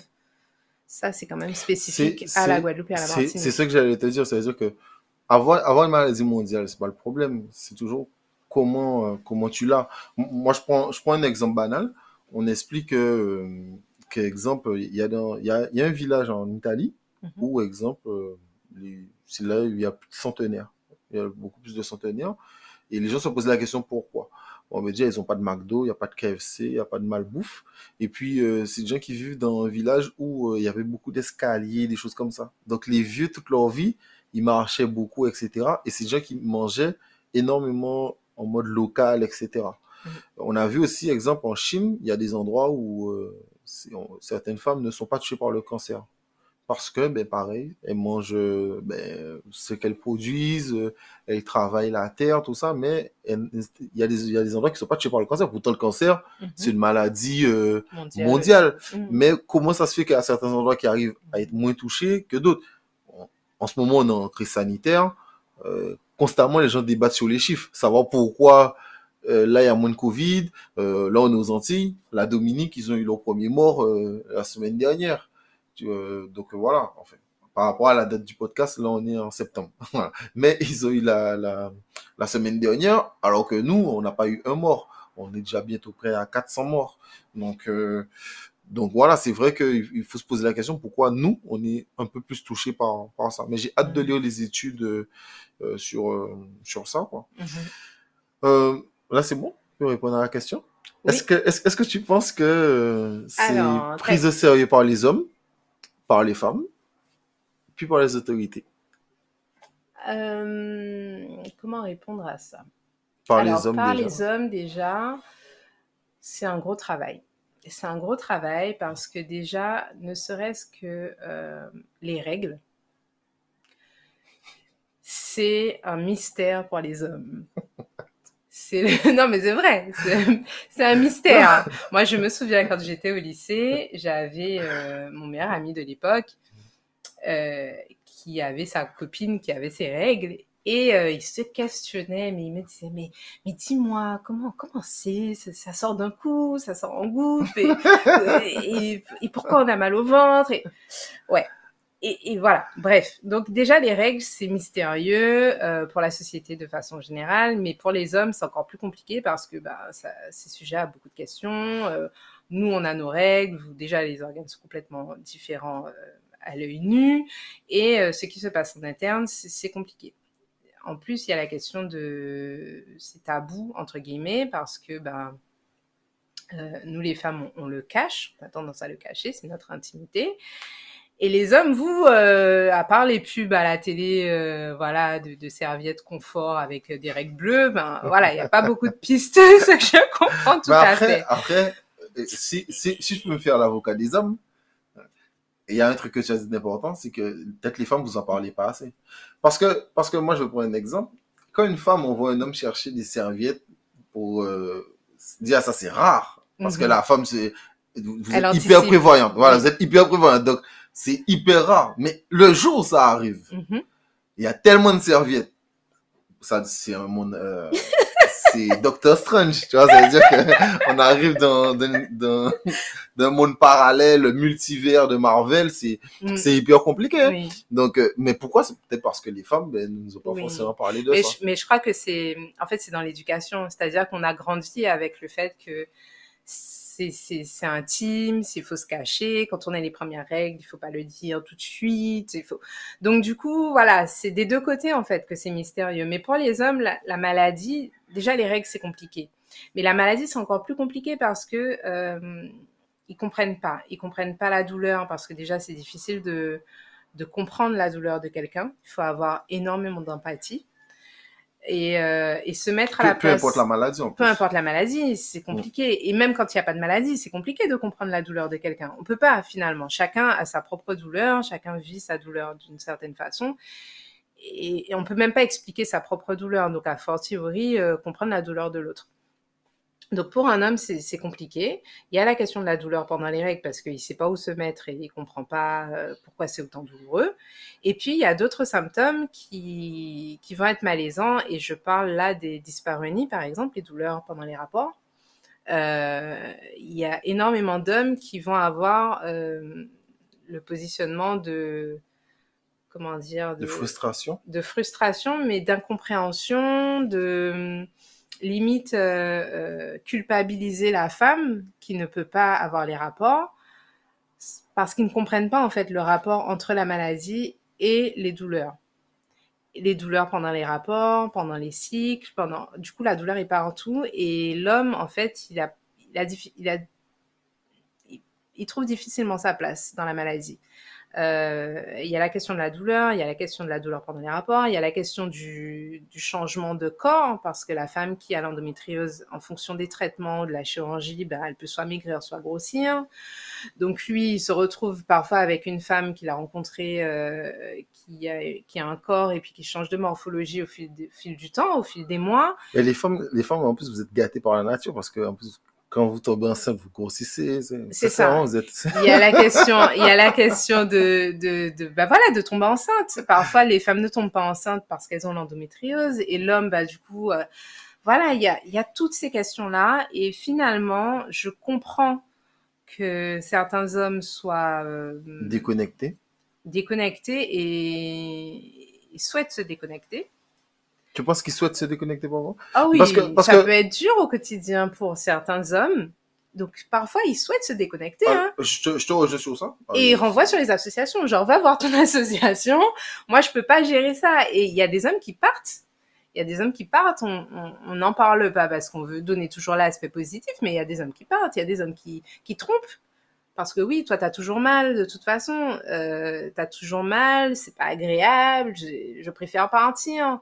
ça, c'est quand même C'est, spécifique à la c'est, Guadeloupe et à la c'est, c'est ce que Martinique. j'allais te dire. C'est-à-dire que avoir, avoir une maladie mondiale, c'est pas le problème. C'est toujours comment, euh, comment tu l'as. M- Moi, je prends, je prends un exemple banal. On explique que, euh, qu'exemple, il y a dans, il y a, il y a un village en Italie Mhm. où, exemple, euh, les- c'est là où il y a plus de centenaires. Il y a beaucoup plus de centenaires. Et les gens se posent la question pourquoi. Bon, mais déjà, ils n'ont pas de McDo, il n'y a pas de K F C, il n'y a pas de malbouffe. Et puis, euh, c'est des gens qui vivent dans un village où euh, il y avait beaucoup d'escaliers, des choses comme ça. Donc, les vieux, toute leur vie, ils marchaient beaucoup, et cetera. Et c'est des gens qui mangeaient énormément en mode local, et cetera. Mhm. On a vu aussi, exemple, en Chine, il y a des endroits où euh, c'est- on- certaines femmes ne sont pas touchées par le cancer. Parce que, ben, pareil, elles mangent euh, ben, ce qu'elles produisent, euh, elles travaillent la terre, tout ça, mais elles- il y a des, il y a des endroits qui sont pas touchés par le cancer. Pourtant, le cancer, c'est Mhm. une maladie euh, Mondial aussi. mondiale. Mhm. Mais comment ça se fait qu'il y a certains endroits qui arrivent à être moins touchés que d'autres? En, en ce moment, on est en crise sanitaire. Euh, constamment, les gens débattent sur les chiffres. Savoir pourquoi euh, là, il y a moins de Covid. Euh, là, on est aux Antilles. La Dominique, ils ont eu leur premier mort euh, la semaine dernière. Tu- euh, donc euh, voilà, en fait. Par rapport à la date du podcast, là, on est en septembre. Voilà. Mais ils ont eu la, la, la semaine dernière, alors que nous, on n'a pas eu un mort. On est déjà bientôt près à quatre cents morts. Donc, euh, donc voilà, c'est vrai qu'il il faut se poser la question pourquoi nous, on est un peu plus touchés par, par ça. Mais j'ai hâte de Mhm. lire les études euh, sur, euh, sur ça, quoi. Mhm. Euh, là, c'est bon? Je peux répondre à la question? Est-ce Oui. que, est-ce, est-ce que tu penses que euh, c'est Alors, pris tac. au sérieux par les hommes, par les femmes, puis par les autorités? Euh, comment répondre à ça? Par les Alors, hommes par déjà. les hommes, déjà, c'est un gros travail. C'est un gros travail parce que déjà, ne serait-ce que euh, les règles, c'est un mystère pour les hommes. C'est le- Non, mais c'est vrai, c'est c'est un mystère. Moi, je me souviens quand j'étais au lycée, j'avais euh, mon meilleur ami de l'époque euh, qui avait sa copine qui avait ses règles. Et euh, il se questionnait, mais il me disait, mais, mais dis-moi, comment comment c'est ça, ça sort d'un coup, ça sort en goutte, et, et, et pourquoi on a mal au ventre et... Ouais. Et, et voilà, bref. Donc déjà, les règles, c'est mystérieux euh, pour la société de façon générale, mais pour les hommes, c'est encore plus compliqué parce que bah, ça, c'est sujet à beaucoup de questions. Euh, nous, on a nos règles. Vous, déjà, les organes sont complètement différents euh, à l'œil nu. Et euh, ce qui se passe en interne, c'est, c'est compliqué. En plus, il y a la question de... C'est tabou, entre guillemets, parce que... Bah, euh, nous, les femmes, on, on le cache. On a tendance à le cacher, c'est notre intimité. Et les hommes, vous, euh, à part les pubs à la télé, euh, voilà, de, de serviettes confort avec des règles bleues, ben voilà, il n'y a pas beaucoup de pistes, ce que je comprends tout Mais à après, fait. après, si, si, si je peux me faire l'avocat des hommes, il y a un truc que tu as dit d'important, c'est que peut-être les femmes, vous en parlez pas assez. Parce que, parce que moi, je vais prendre un exemple. Quand une femme, on voit un homme chercher des serviettes pour euh, dire ça, c'est rare. Parce mm-hmm. que la femme, c'est, vous Elle êtes anticipe. hyper prévoyante. Voilà, oui. Vous êtes hyper prévoyante. Donc, c'est hyper rare. Mais le jour où ça arrive, mm-hmm. il y a tellement de serviettes. Ça, c'est un monde, euh, c'est Doctor Strange, tu vois, ça veut dire qu'on arrive dans, dans, dans, dans un monde parallèle, le multivers de Marvel, c'est, mm. c'est hyper compliqué. Hein. Oui. Donc, euh, mais pourquoi? C'est peut-être parce que les femmes, ben, ne nous ont pas oui. forcément parlé de mais ça. Je, mais je crois que c'est, en fait, c'est dans l'éducation. C'est-à-dire qu'on a grandi avec le fait que c'est, c'est, c'est intime, il faut se cacher. Quand on a les premières règles, il faut pas le dire tout de suite. Il faut... Donc, du coup, voilà, c'est des deux côtés, en fait, que c'est mystérieux. Mais pour les hommes, la, la maladie, déjà, les règles, c'est compliqué. Mais la maladie, c'est encore plus compliqué parce que euh, ils comprennent pas. Ils comprennent pas la douleur parce que déjà, c'est difficile de, de comprendre la douleur de quelqu'un. Il faut avoir énormément d'empathie. Et, euh, et se mettre à peu, la place... Peu importe la maladie, en Peu plus. importe la maladie, c'est compliqué. Mmh. Et même quand il n'y a pas de maladie, c'est compliqué de comprendre la douleur de quelqu'un. On peut pas, finalement. Chacun a sa propre douleur, chacun vit sa douleur d'une certaine façon. Et, et on peut même pas expliquer sa propre douleur. Donc, à fortiori, euh, comprendre la douleur de l'autre. Donc, pour un homme, c'est, c'est compliqué. Il y a la question de la douleur pendant les règles parce qu'il ne sait pas où se mettre et il ne comprend pas euh, pourquoi c'est autant douloureux. Et puis, il y a d'autres symptômes qui, qui vont être malaisants. Et je parle là des dyspareunies, par exemple, les douleurs pendant les rapports. Euh, il y a énormément d'hommes qui vont avoir euh, le positionnement de... Comment dire? De, de frustration. De frustration, mais d'incompréhension, de... limite euh, euh, culpabiliser la femme qui ne peut pas avoir les rapports parce qu'ils ne comprennent pas en fait le rapport entre la maladie et les douleurs. Les douleurs pendant les rapports, pendant les cycles, pendant... du coup la douleur est partout et l'homme en fait il a, il a, il a, il trouve difficilement sa place dans la maladie. Euh, il y a la question de la douleur, il y a la question de la douleur pendant les rapports, il y a la question du, du changement de corps, parce que la femme qui a l'endométriose, en fonction des traitements, de la chirurgie, ben, elle peut soit maigrir, soit grossir. Donc lui, il se retrouve parfois avec une femme qu'il a rencontrée, euh, qui, a, qui a un corps et puis qui change de morphologie au fil, de, fil du temps, au fil des mois. Et les femmes, les femmes, en plus, vous êtes gâtées par la nature, parce que en plus, quand vous tombez enceinte, vous grossissez. C'est, c'est, c'est ça. ça vous êtes... il y a la question, il y a la question de, de, de, bah voilà, de tomber enceinte. Parfois, les femmes ne tombent pas enceintes parce qu'elles ont l'endométriose et l'homme, bah du coup, euh, voilà, il y a, il y a toutes ces questions-là. Et finalement, je comprends que certains hommes soient euh, déconnectés, déconnectés et, et souhaitent se déconnecter. Tu penses qu'ils souhaitent se déconnecter pour vous? Ah oui, parce que, parce ça que... peut être dur au quotidien pour certains hommes. Donc, parfois, ils souhaitent se déconnecter. Ah, hein. Je te, je te rejoins sur ça. Ah, et ils renvoient sur les associations. Genre, va voir ton association. Moi, je peux pas gérer ça. Et il y a des hommes qui partent. Il y a des hommes qui partent. On n'en parle pas parce qu'on veut donner toujours l'aspect positif, mais il y a des hommes qui partent. Il y a des hommes qui, qui trompent. Parce que oui, toi, t'as toujours mal, de toute façon. Euh, t'as toujours mal, c'est pas agréable. Je, je préfère partir.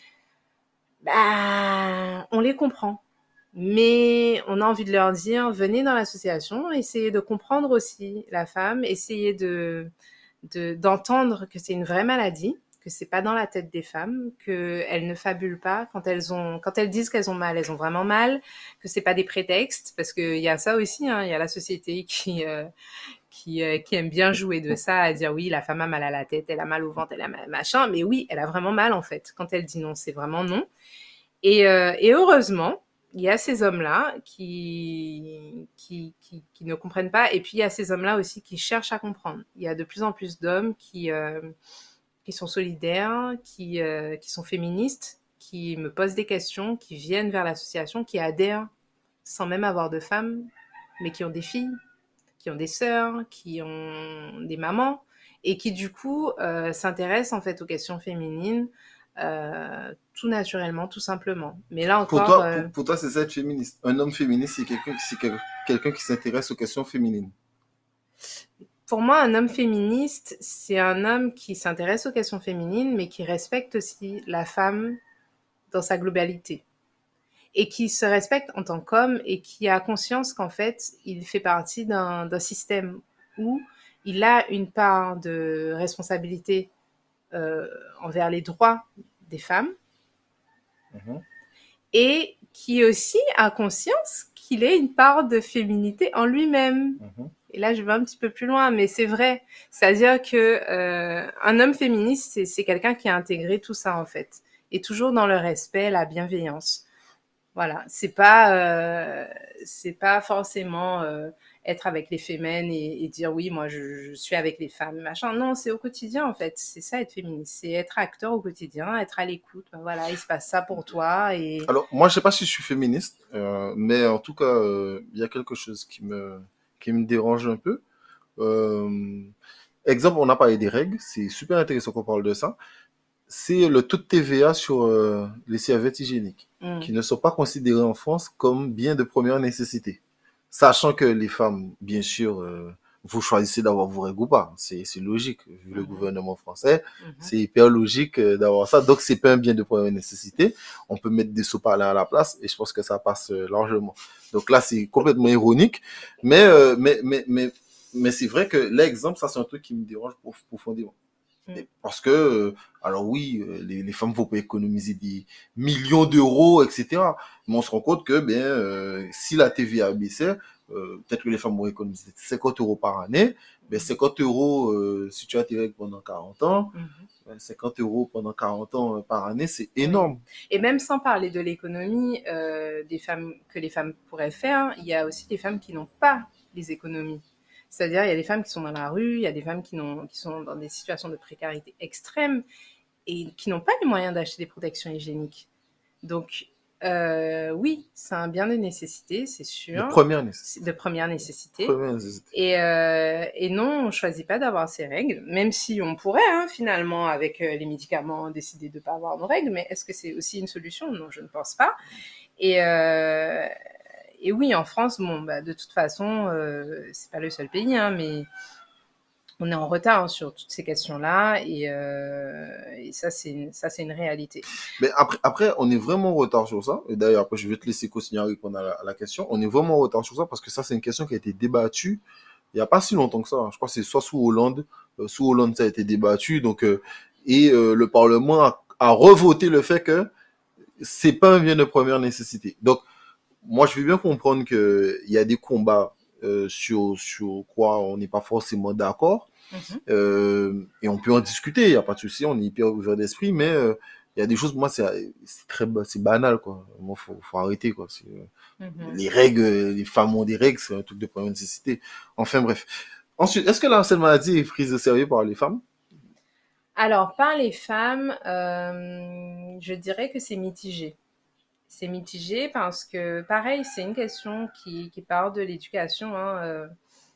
Bah, on les comprend. Mais on a envie de leur dire, venez dans l'association, essayez de comprendre aussi la femme, essayez de, de, d'entendre que c'est une vraie maladie, que c'est pas dans la tête des femmes, qu'elles ne fabulent pas. Quand elles ont, quand elles disent qu'elles ont mal, elles ont vraiment mal, que c'est pas des prétextes, parce qu'il y a ça aussi, hein, il y a la société qui, euh, qui, euh, qui aime bien jouer de ça, à dire oui, la femme a mal à la tête, elle a mal au ventre, elle a mal, machin, mais oui, elle a vraiment mal en fait. Quand elle dit non, c'est vraiment non. Et, euh, et heureusement, il y a ces hommes-là qui, qui, qui, qui ne comprennent pas, et puis il y a ces hommes-là aussi qui cherchent à comprendre. Il y a de plus en plus d'hommes qui, euh, qui sont solidaires, qui, euh, qui sont féministes, qui me posent des questions, qui viennent vers l'association, qui adhèrent sans même avoir de femmes, mais qui ont des filles, qui ont des sœurs, qui ont des mamans, et qui du coup euh, s'intéressent en fait aux questions féminines, euh, tout naturellement, tout simplement. Mais là Pour encore... toi, euh, pour, pour toi, c'est ça être féministe. Un homme féministe, c'est quelqu'un c'est quel- quelqu'un qui s'intéresse aux questions féminines. Pour moi, un homme féministe, c'est un homme qui s'intéresse aux questions féminines, mais qui respecte aussi la femme dans sa globalité. Et qui se respecte en tant qu'homme et qui a conscience qu'en fait, il fait partie d'un, d'un système où il a une part de responsabilité euh, envers les droits des femmes, Mhm. et qui aussi a conscience qu'il ait une part de féminité en lui-même. Mhm. Et là, je vais un petit peu plus loin, mais c'est vrai. C'est-à-dire que euh, un homme féministe, c'est, c'est quelqu'un qui a intégré tout ça en fait, et toujours dans le respect, la bienveillance. Voilà, c'est pas euh, c'est pas forcément euh, être avec les fémènes et, et dire oui, moi je, je suis avec les femmes, machin. Non, c'est au quotidien en fait. C'est ça être féministe, c'est être acteur au quotidien, être à l'écoute. Ben voilà, il se passe ça pour toi et Alors, moi, je sais pas si je suis féministe, euh, mais en tout cas, euh, il y a quelque chose qui me, qui me dérange un peu. Euh, Exemple, on a parlé des règles, c'est super intéressant qu'on parle de ça. C'est le taux de T V A sur euh, les serviettes hygiéniques, mm, qui ne sont pas considérés en France comme biens de première nécessité. Sachant que les femmes, bien sûr, euh, vous choisissez d'avoir vos règles ou pas. C'est, c'est logique, vu le mhm, gouvernement français. mhm. C'est hyper logique euh, d'avoir ça. Donc, c'est pas un bien de première nécessité. On peut mettre des sopalins à la place et je pense que ça passe euh, largement. Donc là, c'est complètement ironique. Mais, euh, mais, mais, mais, mais c'est vrai que l'exemple, ça, c'est un truc qui me dérange prof- profondément. Mm. Parce que, euh, alors oui, euh, les, les femmes vont pas économiser des millions d'euros, et cetera. Mais on se rend compte que, ben, euh, si la T V A baissait, euh, peut-être que les femmes vont économiser cinquante euros par année. Ben, cinquante euros, euh, si tu as tes règles pendant quarante ans, Mhm. ben, cinquante euros pendant quarante ans euh, par année, c'est Oui. énorme. Et même sans parler de l'économie euh, des femmes que les femmes pourraient faire, il y a aussi des femmes qui n'ont pas les économies. C'est-à-dire, il y a des femmes qui sont dans la rue, il y a des femmes qui, n'ont, qui sont dans des situations de précarité extrême et qui n'ont pas les moyens d'acheter des protections hygiéniques. Donc, euh, oui, c'est un bien de nécessité, c'est De sûr, première nécessité. de première nécessité. Première nécessité. Et, euh, et non, on ne choisit pas d'avoir ces règles, même si on pourrait, hein, finalement, avec euh, les médicaments, décider de ne pas avoir nos règles, mais est-ce que c'est aussi une solution? Non, je ne pense pas. Et, euh, et oui, en France, bon, bah, de toute façon, euh, c'est pas le seul pays, hein, mais on est en retard hein, sur toutes ces questions-là, et, euh, et ça, c'est une, ça, c'est une réalité. Mais après, après, on est vraiment en retard sur ça. Et d'ailleurs, après, je vais te laisser continuer à répondre à la, à la question. On est vraiment en retard sur ça parce que ça, c'est une question qui a été débattue il n'y a pas si longtemps que ça. Je crois que c'est soit sous Hollande. Euh, sous Hollande, ça a été débattu. Donc, euh, et euh, le Parlement a, a revoté le fait que c'est pas un bien de première nécessité. Donc, moi, je veux bien comprendre qu'il y a des combats euh, sur, sur quoi on n'est pas forcément d'accord. Mhm. Euh, et on peut en discuter, il n'y a pas de souci, on est hyper ouvert d'esprit, mais il euh, y a des choses, moi, c'est, c'est très c'est banal, quoi. Moi, faut, faut arrêter, quoi. C'est, euh, Mhm. les règles, les femmes ont des règles, c'est un truc de première nécessité. Enfin, bref. Ensuite, est-ce que la cette maladie est prise de sérieux par les femmes? Alors, par les femmes, euh, je dirais que c'est mitigé. C'est mitigé parce que, pareil, c'est une question qui, qui part de l'éducation, hein, euh,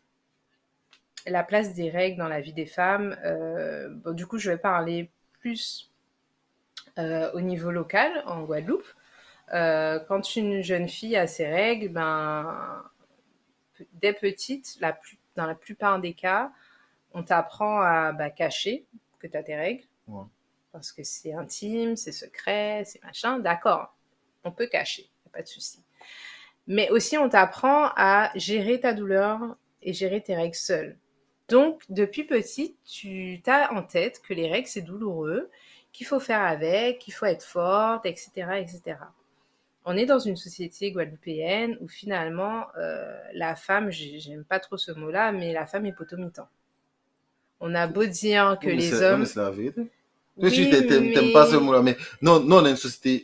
la place des règles dans la vie des femmes. Euh, bon, du coup, je vais parler plus euh, au niveau local, en Guadeloupe. Euh, quand une jeune fille a ses règles, ben, dès petite, la plus, dans la plupart des cas, on t'apprend à bah, cacher que tu as tes règles. Ouais. Parce que c'est intime, c'est secret, c'est machin. D'accord, on peut cacher, pas de souci. Mais aussi, on t'apprend à gérer ta douleur et gérer tes règles seule. Donc, depuis petite, tu as en tête que les règles, c'est douloureux, qu'il faut faire avec, qu'il faut être forte, et cetera, et cetera. On est dans une société guadeloupéenne où finalement, euh, la femme, j'aime pas trop ce mot-là, mais la femme est potomitan. On a beau dire que Oui, mais les c'est, non, mais hommes... c'est la vérité. Toi, Oui, tu t'aimes, t'aimes pas ce mais... mot-là, mais non, non, on a une société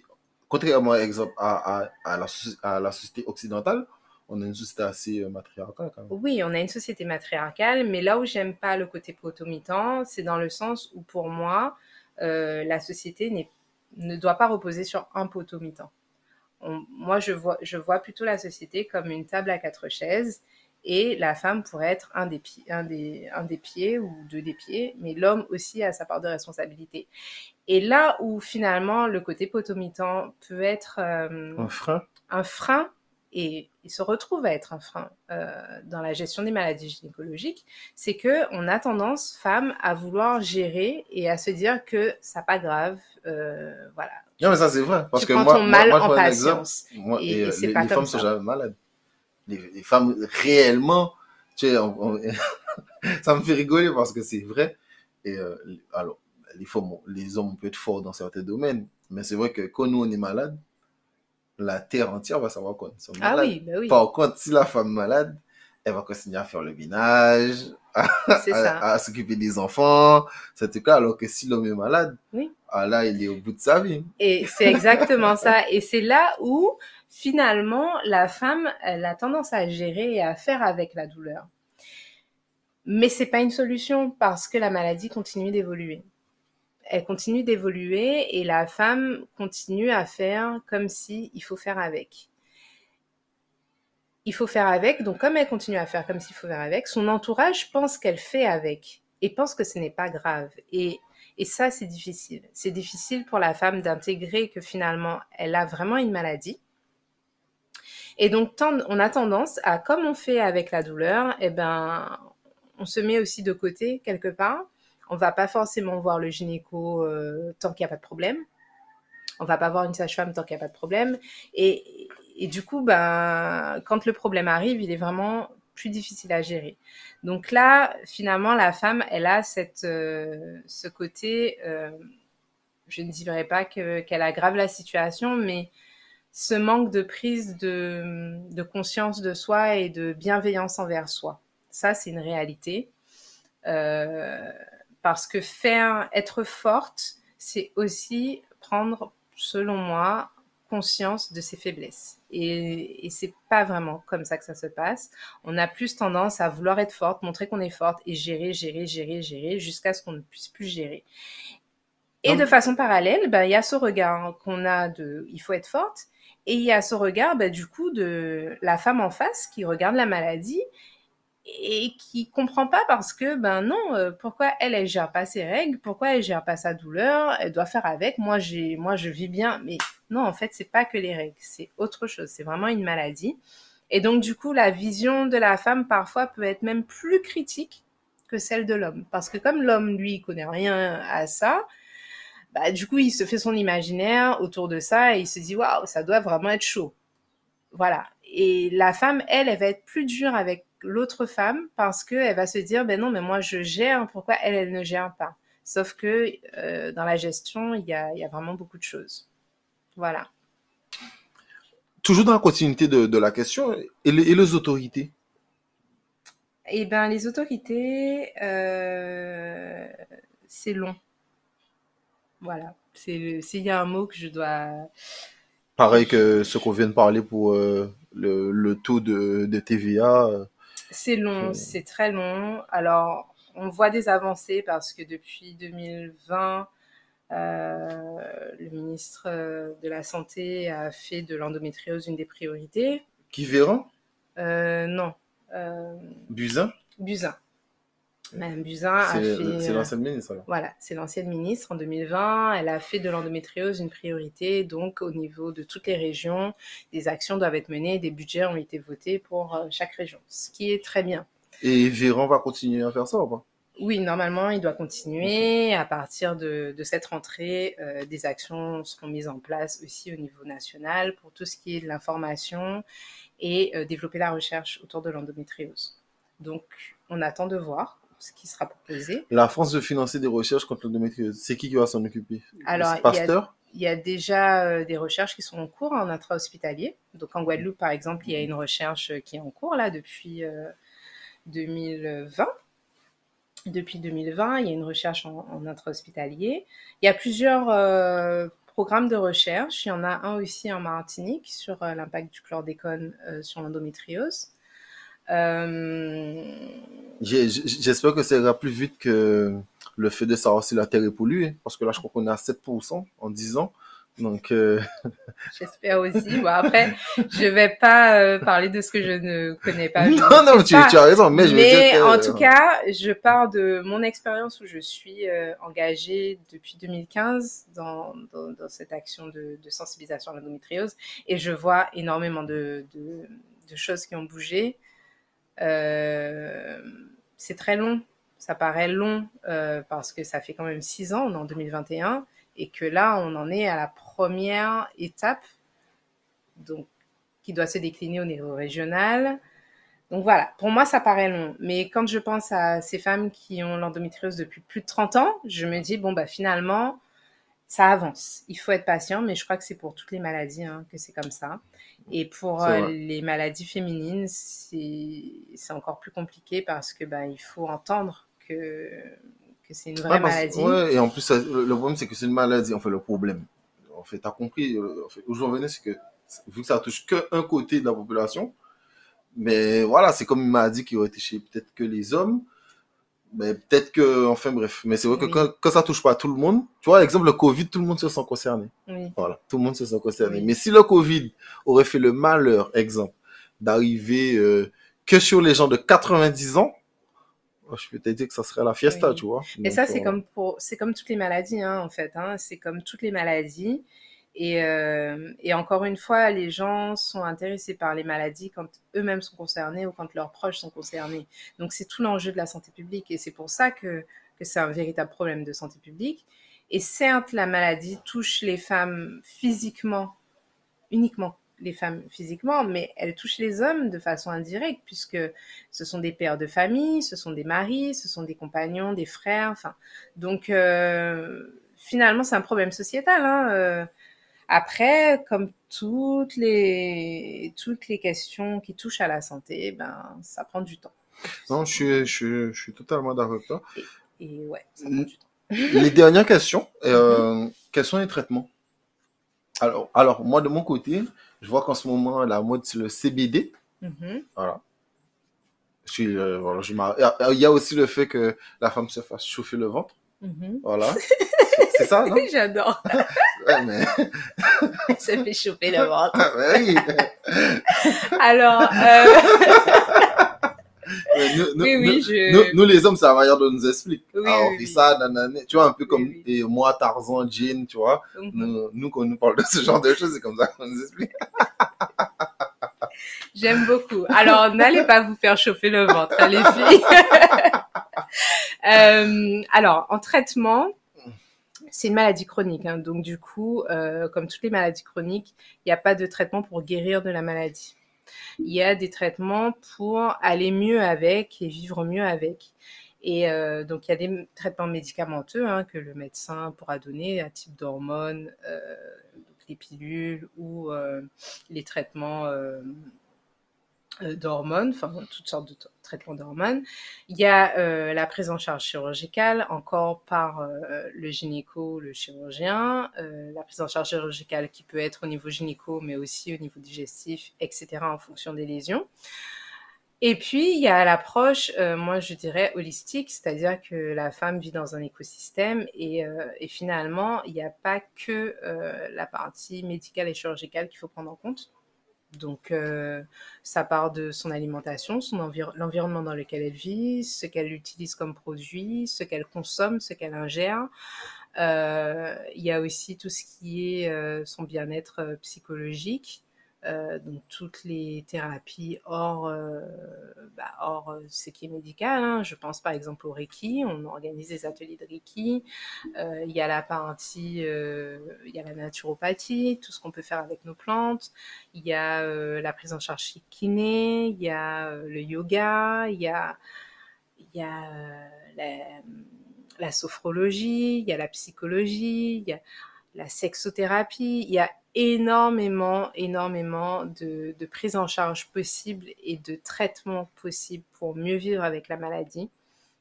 Contrairement, exemple, à, à, à, la, à la société occidentale, on a une société assez euh, matriarcale quand même. Oui, on a une société matriarcale, mais là où j'aime pas le côté proto-mitan, c'est dans le sens où pour moi, euh, la société n'est, ne doit pas reposer sur un proto-mitan. On- moi, je vois, je vois plutôt la société comme une table à quatre chaises et la femme pourrait être un des, pi- un des, un des pieds ou deux des pieds, mais l'homme aussi a sa part de responsabilité. Et là où finalement le côté potomitan peut être euh, Un frein. un frein, et il se retrouve à être un frein euh, dans la gestion des maladies gynécologiques, c'est que on a tendance, femmes, à vouloir gérer et à se dire que ça pas grave, euh, voilà. Non, Tu, mais ça, c'est vrai. Parce tu que prends ton moi, moi, mal moi, je en prends un exemple. patience, Moi, et, et, et euh, c'est les, pas les comme femmes sont ça. jamais malades. Les, les femmes, réellement, tu sais, on- on- ça me fait rigoler parce que c'est vrai. Et euh, alors, les, femmes, les hommes peuvent être forts dans certains domaines. Mais c'est vrai que quand nous, on est malade, la terre entière va savoir qu'on est Ah malade. oui, bah oui, Par contre, si la femme est malade, elle va continuer à faire le ménage, à, c'est ça. à- à s'occuper des enfants, c'est tout cas, alors que si l'homme est malade, Oui. ah là, il est au bout de sa vie. Et c'est exactement ça. Et c'est là où, finalement, la femme, elle a tendance à gérer et à faire avec la douleur. Mais c'est pas une solution parce que la maladie continue d'évoluer. Elle continue d'évoluer et la femme continue à faire comme si il faut faire avec. Il faut faire avec, donc comme elle continue à faire comme s'il faut faire avec, son entourage pense qu'elle fait avec et pense que ce n'est pas grave. Et, et ça, c'est difficile. C'est difficile pour la femme d'intégrer que finalement, elle a vraiment une maladie. Et donc, on a tendance à, comme on fait avec la douleur, eh ben, on se met aussi de côté quelque part. On va pas forcément voir le gynéco euh, tant qu'il n'y a pas de problème. On va pas voir une sage-femme tant qu'il n'y a pas de problème. Et, et du coup, ben, quand le problème arrive, il est vraiment plus difficile à gérer. Donc là, finalement, la femme, elle a cette, euh, ce côté, euh, je ne dirais pas que, qu'elle aggrave la situation, mais ce manque de prise de, de conscience de soi et de bienveillance envers soi. Ça, c'est une réalité. Euh, parce que faire, être forte, c'est aussi prendre, selon moi, conscience de ses faiblesses. Et, et c'est pas vraiment comme ça que ça se passe. On a plus tendance à vouloir être forte, montrer qu'on est forte et gérer, gérer, gérer, gérer jusqu'à ce qu'on ne puisse plus gérer. Et de Non, façon parallèle, ben, il y a ce regard qu'on a de il faut être forte, et il y a ce regard ben, du coup de la femme en face qui regarde la maladie et qui comprend pas parce que ben non, euh, pourquoi elle elle gère pas ses règles, pourquoi elle gère pas sa douleur, elle doit faire avec. Moi j'ai moi je vis bien, mais non en fait c'est pas que les règles, c'est autre chose, c'est vraiment une maladie. Et donc du coup la vision de la femme parfois peut être même plus critique que celle de l'homme parce que comme l'homme lui il connaît rien à ça, bah, du coup, il se fait son imaginaire autour de ça et il se dit waouh, ça doit vraiment être chaud. Voilà. Et la femme, elle, elle va être plus dure avec l'autre femme parce qu'elle va se dire ben non, mais moi je gère, pourquoi elle, elle ne gère pas. Sauf que euh, dans la gestion, il y a, il y a vraiment beaucoup de choses. Voilà. toujours dans la continuité de, de la question, et les, et les autorités? Et ben les autorités, euh, c'est long. Voilà. C'est s'il y a un mot que je dois, que Pareil je- que ce qu'on vient de parler pour euh, le, le taux de, de T V A. euh, c'est long, faut- c'est très long. Alors, on voit des avancées parce que depuis deux mille vingt, euh, le ministre de la Santé a fait de l'endométriose une des priorités. Qui verra? Euh, non, euh, Buzyn? Buzyn. Madame Buzyn a C'est fait, c'est euh, l'ancienne ministre, là. voilà, c'est l'ancienne ministre en deux mille vingt. Elle a fait de l'endométriose une priorité. Donc, au niveau de toutes les régions, des actions doivent être menées, des budgets ont été votés pour euh, chaque région, ce qui est très bien. Et Véran va continuer à faire ça ou pas? Oui, normalement, il doit Ok. continuer. À partir de, de cette rentrée, euh, des actions seront mises en place aussi au niveau national pour tout ce qui est de l'information et euh, développer la recherche autour de l'endométriose. Donc, on attend de voir ce qui sera proposé. La France veut financer des recherches contre l'endométriose. C'est qui qui va s'en occuper? Alors, C'est il y a, Pasteur? il y a déjà euh, des recherches qui sont en cours en intra-hospitalier. Donc, en Guadeloupe, par exemple, il y a une recherche qui est en cours là depuis euh, deux mille vingt. Depuis deux mille vingt, il y a une recherche en, en intra-hospitalier. Il y a plusieurs euh, programmes de recherche. Il y en a un aussi en Martinique sur euh, l'impact du chlordécone euh, sur l'endométriose. Euh... J'ai- J'espère que ça ira plus vite que le fait de savoir si la Terre est polluée, parce que là, je crois qu'on est à sept pour cent en dix ans. Donc, euh... j'espère aussi. Bon, après, je vais pas euh, parler de ce que je ne connais pas. non, non, tu, tu as raison, mais, mais je veux dire que... en tout cas, je pars de mon expérience où je suis euh, engagée depuis deux mille quinze dans, dans, dans cette action de, de sensibilisation à l'endométriose, et je vois énormément de, de, de choses qui ont bougé. Euh, c'est très long, ça paraît long euh, parce que ça fait quand même six ans, on est en deux mille vingt et un, et que là, on en est à la première étape, donc, qui doit se décliner au niveau régional. Donc voilà, pour moi, ça paraît long. Mais quand je pense à ces femmes qui ont l'endométriose depuis plus de trente ans, je me dis, bon, bah finalement, ça avance. Il faut être patient, mais je crois que c'est pour toutes les maladies hein, que c'est comme ça. Et pour euh, les maladies féminines, c'est, c'est encore plus compliqué parce que bah, il faut entendre que, que c'est une vraie ouais, parce, maladie. Ouais, et en plus, ça, le, le problème, c'est que c'est une maladie. En fait, le problème, en fait, t'as compris, en fait, où je revenais, c'est que vu que ça touche qu'un côté de la population, mais voilà, c'est comme une maladie qui aurait été chez peut-être que les hommes, mais peut-être que, enfin bref, mais c'est vrai que Oui. quand, quand ça touche pas tout le monde, tu vois, exemple, le Covid, tout le monde se sent concerné. Oui. Voilà, tout le monde se sent concerné. Oui. Mais si le Covid aurait fait le malheur, exemple, d'arriver euh, que sur les gens de quatre-vingt-dix ans, je peux te dire que ça serait la fiesta, oui. tu vois. Mais donc, ça, c'est euh... comme pour, c'est comme toutes les maladies, hein, en fait. Hein. C'est comme toutes les maladies. Et, euh, et encore une fois, les gens sont intéressés par les maladies quand eux-mêmes sont concernés ou quand leurs proches sont concernés. Donc, c'est tout l'enjeu de la santé publique. Et c'est pour ça que, que c'est un véritable problème de santé publique. Et certes, la maladie touche les femmes physiquement, uniquement les femmes physiquement, mais elle touche les hommes de façon indirecte, puisque ce sont des pères de famille, ce sont des maris, ce sont des compagnons, des frères. Enfin, donc, euh, finalement, c'est un problème sociétal, hein, euh, après, comme toutes les, toutes les questions qui touchent à la santé, ben, ça prend du temps. Non, je suis, je, suis, je suis totalement d'accord avec toi. Et, et ouais, ça prend du temps. Les dernières questions, euh, mm-hmm. Quels sont les traitements? Alors, alors, moi, de mon côté, je vois qu'en ce moment, la mode, c'est le C B D. Mm-hmm. Voilà. Je suis, euh, voilà je il y a aussi le fait que la femme se fasse chauffer le ventre. Mm-hmm. Voilà. C'est ça, non? J'adore. Ouais, mais... Ça fait chauffer le ventre. Ah, oui. Alors, euh... nous, nous, oui, oui, nous, je... nous, nous, les hommes, c'est la manière dont on nous explique. Oui, ah, on oui, fait oui. ça, nanana. Tu vois, un peu comme oui, oui. Et moi, Tarzan, Jane, tu vois. Mm-hmm. Nous, nous, quand on nous parle de ce genre de choses, c'est comme ça qu'on nous explique. J'aime beaucoup. Alors, n'allez pas vous faire chauffer le ventre, hein, les filles. euh, alors, en traitement, c'est une maladie chronique. Hein, donc, du coup, euh, comme toutes les maladies chroniques, il n'y a pas de traitement pour guérir de la maladie. Il y a des traitements pour aller mieux avec et vivre mieux avec. Et euh, donc, il y a des traitements médicamenteux hein, que le médecin pourra donner à type d'hormones, euh, donc les pilules ou euh, les traitements... Euh, d'hormones, enfin toutes sortes de t- traitements d'hormones. Il y a euh, la prise en charge chirurgicale, encore par euh, le gynéco, le chirurgien, euh, la prise en charge chirurgicale qui peut être au niveau gynéco, mais aussi au niveau digestif, et cetera, en fonction des lésions. Et puis, il y a l'approche, euh, moi je dirais, holistique, c'est-à-dire que la femme vit dans un écosystème et, euh, et finalement, il n'y a pas que euh, la partie médicale et chirurgicale qu'il faut prendre en compte. Donc, euh, ça part de son alimentation, son envir- l'environnement dans lequel elle vit, ce qu'elle utilise comme produit, ce qu'elle consomme, ce qu'elle ingère. Euh, il y a aussi tout ce qui est euh, son bien-être euh, psychologique, euh, donc toutes les thérapies hors, euh, bah, hors euh, ce qui est médical. Hein. Je pense par exemple au Reiki, on organise des ateliers de Reiki. Euh, il y a la partie, euh, il y a la naturopathie, tout ce qu'on peut faire avec nos plantes. Il y a euh, la prise en charge kiné, il y a euh, le yoga, il y a, il y a euh, la, la sophrologie, il y a la psychologie, il y a la sexothérapie, il y a énormément, énormément de, de prises en charge possibles et de traitements possibles pour mieux vivre avec la maladie.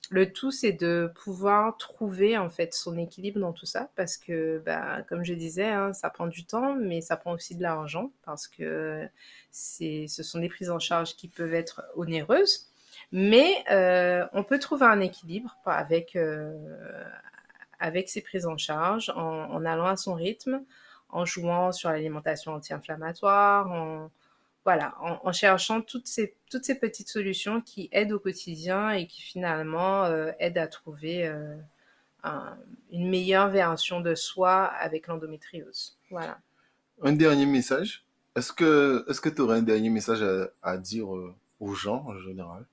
le tout, c'est de pouvoir trouver en fait son équilibre dans tout ça, parce que, bah, comme je disais, hein, ça prend du temps, mais ça prend aussi de l'argent, parce que c'est, ce sont des prises en charge qui peuvent être onéreuses, mais euh, on peut trouver un équilibre avec, euh, avec ces prises en charge, en, en allant à son rythme, en jouant sur l'alimentation anti-inflammatoire, en, voilà, en, en cherchant toutes ces, toutes ces petites solutions qui aident au quotidien et qui finalement euh, aident à trouver euh, un- une meilleure version de soi avec l'endométriose. Voilà. Un dernier message. Est-ce que est-ce que tu aurais un dernier message à, à dire euh, aux gens en général?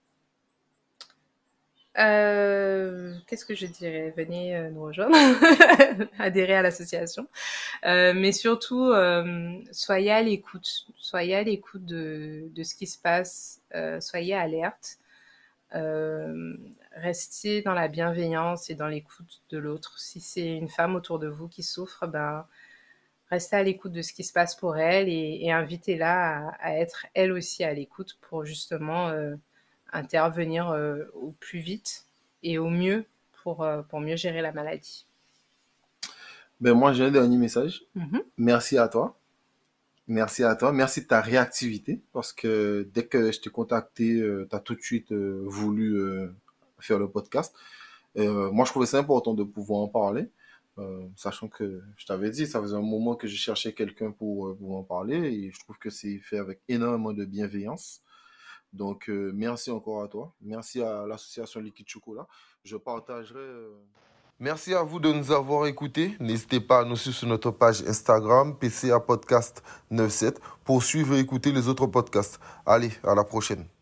Euh, qu'est-ce que je dirais? Venez euh, nous rejoindre, adhérer à l'association. Euh, mais surtout, euh, soyez à l'écoute. Soyez à l'écoute de, de ce qui se passe. Euh, soyez alerte. Euh, restez dans la bienveillance et dans l'écoute de l'autre. Si c'est une femme autour de vous qui souffre, ben, restez à l'écoute de ce qui se passe pour elle et, et invitez-la à, à être elle aussi à l'écoute pour justement euh, intervenir euh, au plus vite et au mieux pour, euh, pour mieux gérer la maladie. Ben moi j'ai un dernier message. Mhm. Merci à toi. Merci à toi. Merci de ta réactivité parce que dès que je t'ai contacté, tu as tout de suite euh, voulu euh, faire le podcast. Euh, moi, je trouvais ça important de pouvoir en parler, euh, sachant que je t'avais dit, ça faisait un moment que je cherchais quelqu'un pour, euh, pour en parler et je trouve que c'est fait avec énormément de bienveillance. Donc, euh, merci encore à toi. Merci à l'association Liquide Chocolat. Je partagerai. euh, Merci à vous de nous avoir écoutés. N'hésitez pas à nous suivre sur notre page Instagram, P C A Podcast quatre-vingt-dix-sept, pour suivre et écouter les autres podcasts. Allez, à la prochaine.